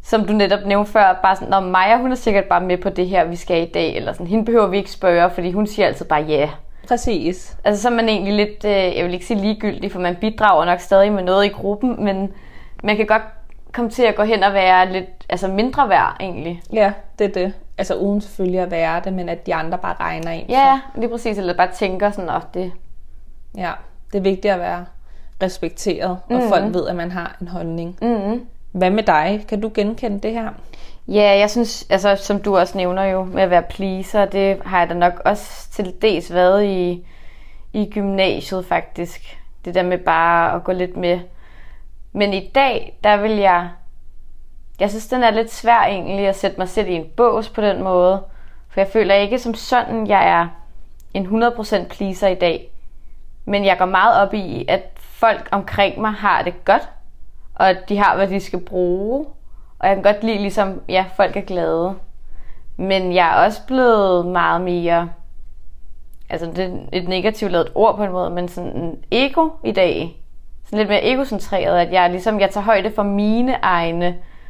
som du netop nævnte før, bare sådan, når Maja, hun er sikkert bare med på det her, vi skal i dag, eller sådan, hende behøver vi ikke spørge, fordi hun siger altid bare ja. Præcis. Altså så er man egentlig lidt, øh, jeg vil ikke sige ligegyldig, for man bidrager nok stadig med noget i gruppen, men man kan godt komme til at gå hen og være lidt, altså mindre værd egentlig. Ja, det er det. Altså uden selvfølgelig at være det, men at de andre bare regner en. Ja, lige præcis, eller bare tænker sådan, at det... Ja, det er vigtigt at være respekteret, og mm. folk ved, at man har en holdning. Mm. Hvad med dig? Kan du genkende det her? Ja, jeg synes, altså som du også nævner jo, med at være pleaser, det har jeg da nok også til dels været i, i gymnasiet faktisk. Det der med bare at gå lidt med. Men i dag, der vil jeg... Jeg synes, den er lidt svær egentlig at sætte mig selv i en bås på den måde. For jeg føler ikke som sådan, jeg er en hundrede procent pleaser i dag. Men jeg går meget op i, at folk omkring mig har det godt. Og at de har, hvad de skal bruge. Og jeg kan godt lide, ligesom, ja, folk er glade. Men jeg er også blevet meget mere... Altså, det er et negativt lavet ord på en måde, men sådan en ego i dag. Sådan lidt mere egocentreret, at jeg ligesom, jeg tager højde for mine egne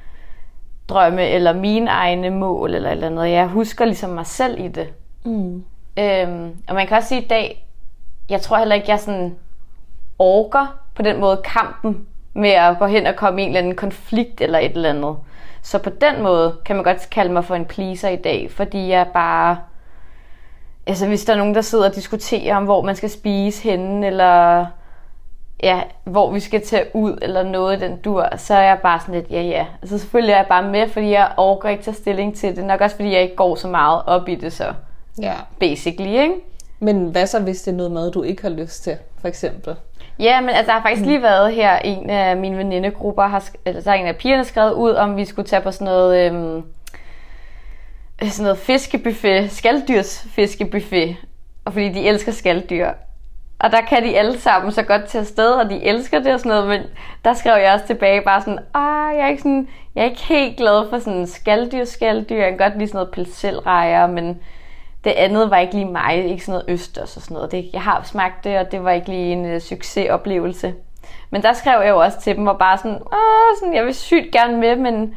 drømme, eller mine egne mål, eller eller noget. Jeg husker ligesom mig selv i det. Mm. Øhm, og man kan også sige i dag, jeg tror heller ikke, jeg sådan orker på den måde kampen med at gå hen og komme i en eller anden konflikt eller et eller andet. Så på den måde kan man godt kalde mig for en pleaser i dag, fordi jeg bare... Altså hvis der er nogen, der sidder og diskuterer om, hvor man skal spise henne, eller ja, hvor vi skal tage ud, eller noget i den dur, så er jeg bare sådan lidt, ja ja. Altså selvfølgelig er jeg bare med, fordi jeg orker ikke tage stilling til det. Nok også fordi jeg ikke går så meget op i det så. Ja. Basically, ikke? Men hvad så, hvis det er noget mad, du ikke har lyst til, for eksempel? Ja, men altså, der har faktisk lige været her, en af mine venindegrupper, har, eller der er en af pigerne skrevet ud, om vi skulle tage på sådan noget, øhm, sådan noget fiskebuffet, skalddyrsfiskebuffet, og fordi de elsker skalddyr. Og der kan de alle sammen så godt til afsted, og de elsker det og sådan noget, men der skrev jeg også tilbage bare sådan, ah, jeg er ikke sådan, jeg er ikke helt glad for sådan skalddyr, skalddyr, jeg kan godt lide sådan noget pelselrejer, men det andet var ikke lige mig, ikke sådan noget østers og sådan noget. Det, jeg har smagt det, og det var ikke lige en uh, succesoplevelse. Men der skrev jeg jo også til dem, og bare sådan, åh, sådan, jeg vil sygt gerne med, men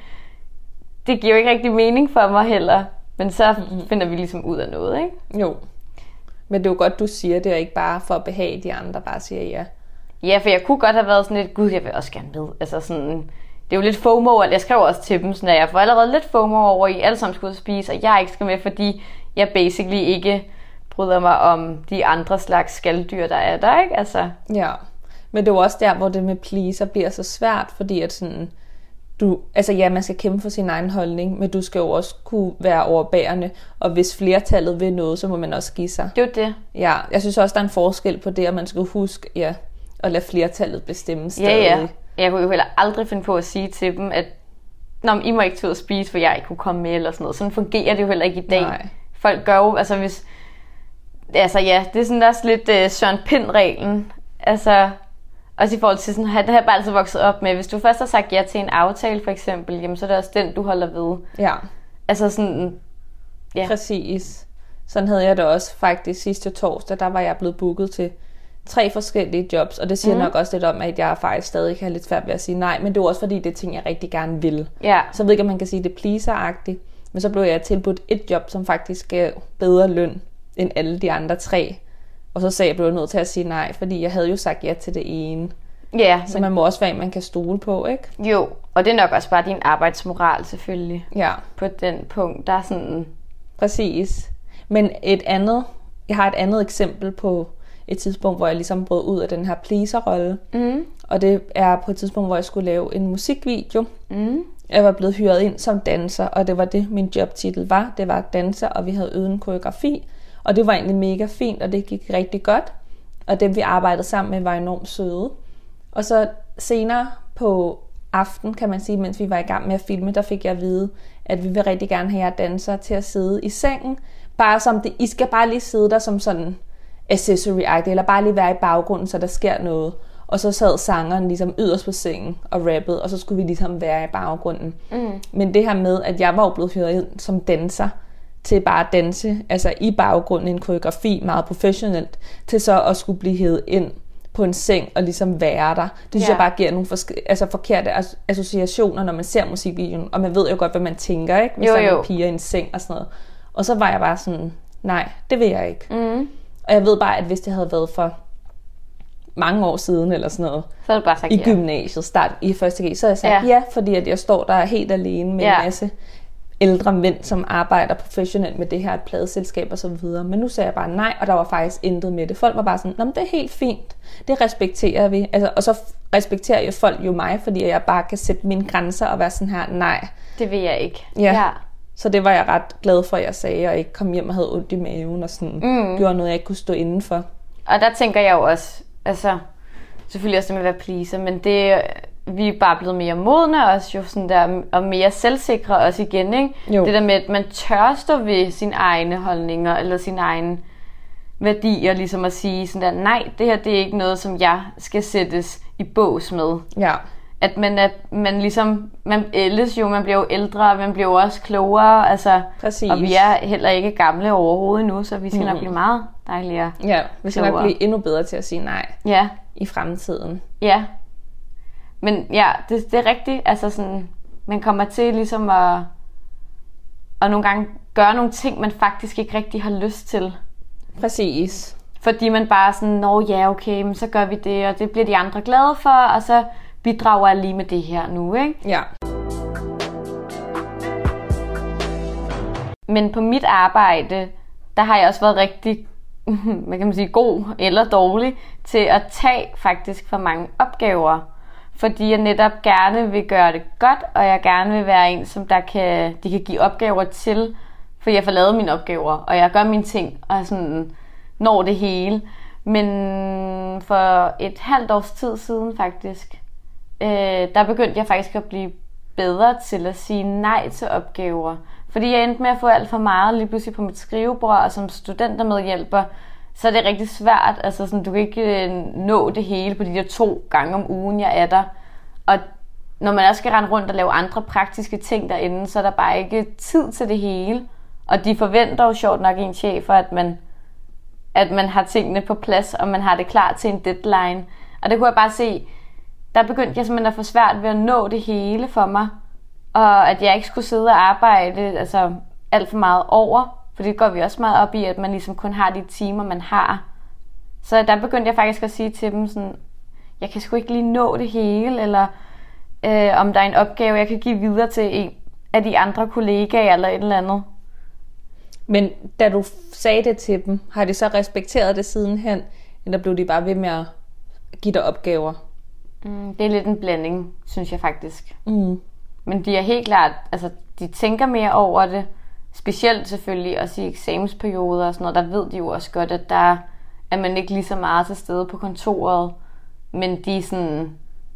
det giver jo ikke rigtig mening for mig heller. Men så finder vi ligesom ud af noget, ikke? Jo. Men det er jo godt, du siger det, og ikke bare for at behage de andre, bare siger ja. Ja, for jeg kunne godt have været sådan lidt, gud, jeg vil også gerne med. Altså sådan, det er jo lidt FOMO, og jeg skrev også til dem, sådan, at jeg får allerede lidt FOMO over, I alle sammen skal ud og spise, og jeg ikke skal med, fordi jeg basically ikke bryder mig om de andre slags skalddyr, der er der, ikke? Altså. Ja, men det er jo også der, hvor det med pleaser bliver så svært, fordi at sådan, du, altså ja, man skal kæmpe for sin egen holdning, men du skal jo også kunne være overbærende, og hvis flertallet vil noget, så må man også give sig. Det er jo det. Ja, jeg synes også, der er en forskel på det, at man skal huske, ja, at lade flertallet bestemme stadig. Ja, ja. Jeg kunne jo heller aldrig finde på at sige til dem, at nå, I må ikke tage ud og spise, for jeg ikke kunne komme med, eller sådan noget. Sådan fungerer det jo heller ikke i dag. Nej. Folk gør jo, altså hvis... Altså ja, det er sådan også lidt uh, Søren Pind-reglen. Altså, også i forhold til sådan, det har jeg bare altid vokset op med. Hvis du først har sagt ja til en aftale, for eksempel, jamen så er det også den, du holder ved. Ja. Altså sådan... Ja. Præcis. Sådan havde jeg det også faktisk sidste torsdag. Der var jeg blevet booket til tre forskellige jobs, og det siger mm. nok også lidt om, at jeg faktisk stadig har lidt svært ved at sige nej, men det er også fordi, det er ting, jeg rigtig gerne vil. Ja. Så jeg ved ikke, om man kan sige, det er pleaser-agtigt, men så blev jeg tilbudt et job, som faktisk gav bedre løn end alle de andre tre. Og så sagde jeg, at jeg blev nødt til at sige nej, fordi jeg havde jo sagt ja til det ene. Ja. Så men... man må også være en, man kan stole på, ikke? Jo, og det er nok også bare din arbejdsmoral selvfølgelig. Ja. På den punkt, der er sådan... Præcis. Men et andet, jeg har et andet eksempel på et tidspunkt, hvor jeg ligesom brød ud af den her pleaser-rolle. Mm. Og det er på et tidspunkt, hvor jeg skulle lave en musikvideo. Mm. Jeg var blevet hyret ind som danser, og det var det, min jobtitel var. Det var danser, og vi havde øvet en koreografi. Og det var egentlig mega fint, og det gik rigtig godt. Og dem, vi arbejdede sammen med, var enormt søde. Og så senere på aften, kan man sige, mens vi var i gang med at filme, der fik jeg at vide, at vi vil rigtig gerne have jer dansere til at sidde i sengen. Bare som det, I skal bare lige sidde der som sådan accessory-agtigt, eller bare lige være i baggrunden, så der sker noget. Og så sad sangeren ligesom yderst på sengen og rappede, og så skulle vi ligesom være i baggrunden. Mm. Men det her med, at jeg var jo blevet hyret ind som danser, til bare at danse, altså i baggrunden en koreografi, meget professionelt, til så at skulle blive hævet ind på en seng og ligesom være der. Det synes ja. jeg bare giver nogle forske- altså forkerte associationer, når man ser musikvideoen. Og man ved jo godt, hvad man tænker, ikke? Hvis jo, der er nogle piger i en seng og sådan noget. Og så var jeg bare sådan, nej, det vil jeg ikke. Mm. Og jeg ved bare, at hvis det havde været for mange år siden eller sådan noget, så er det bare sagt, i ja. gymnasiet, start i første G, så har jeg sagt ja, ja fordi at jeg står der helt alene med ja. en masse ældre mænd, som arbejder professionelt med det her, et pladeselskab og så videre. Men nu sagde jeg bare nej, og der var faktisk intet med det. Folk var bare sådan, nå, men det er helt fint. Det respekterer vi. Altså, og så respekterer jo folk jo mig, fordi jeg bare kan sætte mine grænser og være sådan her, nej. Det vil jeg ikke. Ja. ja. Så det var jeg ret glad for, at jeg sagde, og ikke kom hjem og havde ondt i maven og sådan mm. gjorde noget, jeg ikke kunne stå indenfor. Og der tænker jeg jo også, altså selvfølgelig også det med at være pleaser, men det vi er bare blevet mere modne også, jo sådan der, og mere selvsikre også igen, ikke? Jo. Det der med, at man tør stå ved sine egne holdninger, eller sine egne værdier, ligesom at sige sådan der, nej, det her, det er ikke noget, som jeg skal sættes i bås med. Ja. At man, at man ligesom, man ældes jo, man bliver jo ældre, man bliver jo også klogere, altså, præcis. Og vi er heller ikke gamle overhovedet nu, så vi skal mm. nok blive meget dejligere. Ja, vi skal klogere. Nok blive endnu bedre til at sige nej ja. i fremtiden. Ja, men ja, det, det er rigtigt, altså sådan, man kommer til ligesom at, at nogle gange gøre nogle ting, man faktisk ikke rigtig har lyst til. Præcis. Fordi man bare sådan, nå ja, okay, men så gør vi det, og det bliver de andre glade for, og så bidrager jeg lige med det her nu, ikke? Ja. Men på mit arbejde, der har jeg også været rigtig, hvad kan man sige, god eller dårlig til at tage faktisk for mange opgaver. Fordi jeg netop gerne vil gøre det godt, og jeg gerne vil være en, som der kan, de kan give opgaver til, for jeg får lavet mine opgaver, og jeg gør mine ting, og sådan når det hele. Men for et halvt års tid siden faktisk, øh, der begyndte jeg faktisk at blive bedre til at sige nej til opgaver. Fordi jeg endte med at få alt for meget lige pludselig på mit skrivebord, og som studentermedhjælper, så er det rigtig svært. Altså sådan, du kan ikke øh, nå det hele på de der to gange om ugen, jeg er der. Og når man også skal rende rundt og lave andre praktiske ting derinde, så er der bare ikke tid til det hele. Og de forventer jo sjovt nok en chef, at man, at man har tingene på plads, og man har det klar til en deadline. Og det kunne jeg bare se, der begyndte jeg simpelthen at få svært ved at nå det hele for mig. Og at jeg ikke skulle sidde og arbejde altså, alt for meget over. For det går vi også meget op i, at man ligesom kun har de timer, man har. Så der begyndte jeg faktisk at sige til dem sådan, jeg kan sgu ikke lige nå det hele, eller øh, om der er en opgave, jeg kan give videre til en af de andre kollegaer, eller et eller andet. Men da du sagde det til dem, har de så respekteret det sidenhen, eller blev de bare ved med at give dig opgaver? Mm, det er lidt en blanding, synes jeg faktisk. Mm. Men de er helt klart, altså de tænker mere over det, specielt selvfølgelig også i eksamensperioder og sådan noget, der ved de jo også godt, at der er man ikke lige så meget til stede på kontoret, men de er sådan,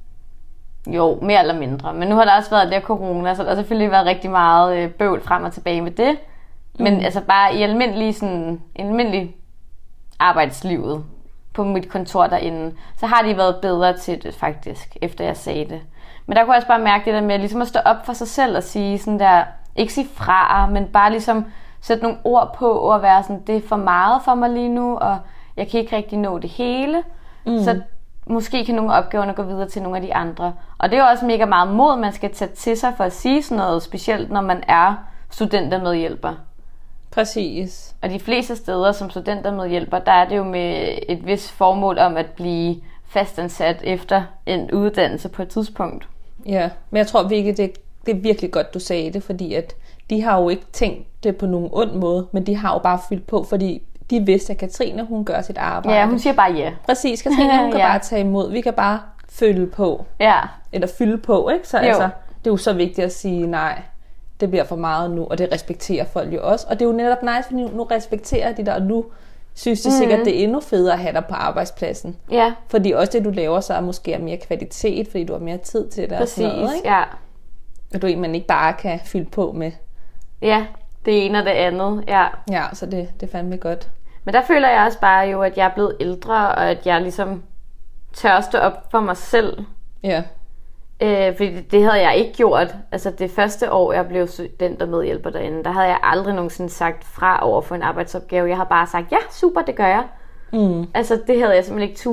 jo, mere eller mindre. Men nu har der også været der corona, så der har selvfølgelig været rigtig meget bøvl frem og tilbage med det. Men mm. altså bare i almindelig, sådan, almindelig arbejdslivet på mit kontor derinde, så har de været bedre til det faktisk, efter jeg sagde det. Men der kunne jeg også bare mærke det der med ligesom at stå op for sig selv og sige sådan der, ikke sige fra, men bare ligesom sætte nogle ord på og være sådan, det er for meget for mig lige nu, og jeg kan ikke rigtig nå det hele. Mm. Så måske kan nogle af opgaverne gå videre til nogle af de andre. Og det er jo også mega meget mod, man skal tage til sig for at sige sådan noget, specielt når man er studentermedhjælper. Præcis. Og de fleste steder som studentermedhjælper, der er det jo med et vist formål om at blive fastansat efter en uddannelse på et tidspunkt. Ja, men jeg tror virkelig, det, det er virkelig godt, du sagde det, fordi at de har jo ikke tænkt det på nogen ond måde, men de har jo bare fyldt på, fordi de vidste, at Katrine, hun gør sit arbejde. Ja, hun siger bare ja. Præcis, Katrine, hun kan ja. bare tage imod. Vi kan bare følge på. Ja. Eller fylde på, ikke? Så altså, det er jo så vigtigt at sige nej. Det bliver for meget nu, og det respekterer folk jo også. Og det er jo netop nice, fordi nu respekterer de dig, og nu synes de mm. sikkert, det er endnu federe at have dig på arbejdspladsen. Ja. Fordi også det, du laver, så er måske mere kvalitet, fordi du har mere tid til det. Præcis, og sådan noget, ikke? Ja. Og du man ikke bare kan fylde på med. Ja, det ene og det andet, ja. Ja, så det, det er fandme godt. Men der føler jeg også bare jo, at jeg er blevet ældre, og at jeg ligesom tør stå op for mig selv. Ja. Øh, fordi det, det havde jeg ikke gjort. Altså det første år, jeg blev studentermedhjælper derinde, der havde jeg aldrig nogensinde sagt fra over for en arbejdsopgave. Jeg har bare sagt, ja, super, det gør jeg. Mm. Altså det havde jeg simpelthen ikke ture.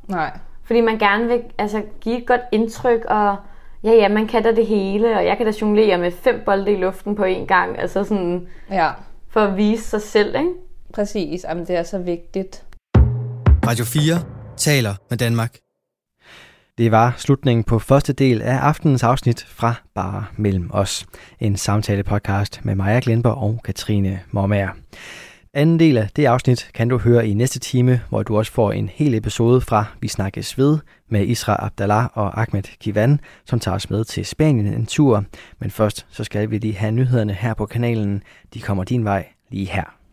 Nej. Fordi man gerne vil altså, give et godt indtryk, og ja, ja, man kan da det hele, og jeg kan da jonglere med fem bolde i luften på en gang, altså sådan, ja. For at vise sig selv, ikke? Præcis, jamen det er så vigtigt. Radio fire taler med Danmark. Det var slutningen på første del af aftenens afsnit fra Bare Mellem Os. En samtale-podcast med Maja Glenberg og Katrine Mormager. Anden del af det afsnit kan du høre i næste time, hvor du også får en hel episode fra Vi Snakkes Ved med Isra Abdallah og Ahmed Kivan, som tager os med til Spanien en tur. Men først så skal vi lige have nyhederne her på kanalen. De kommer din vej lige her.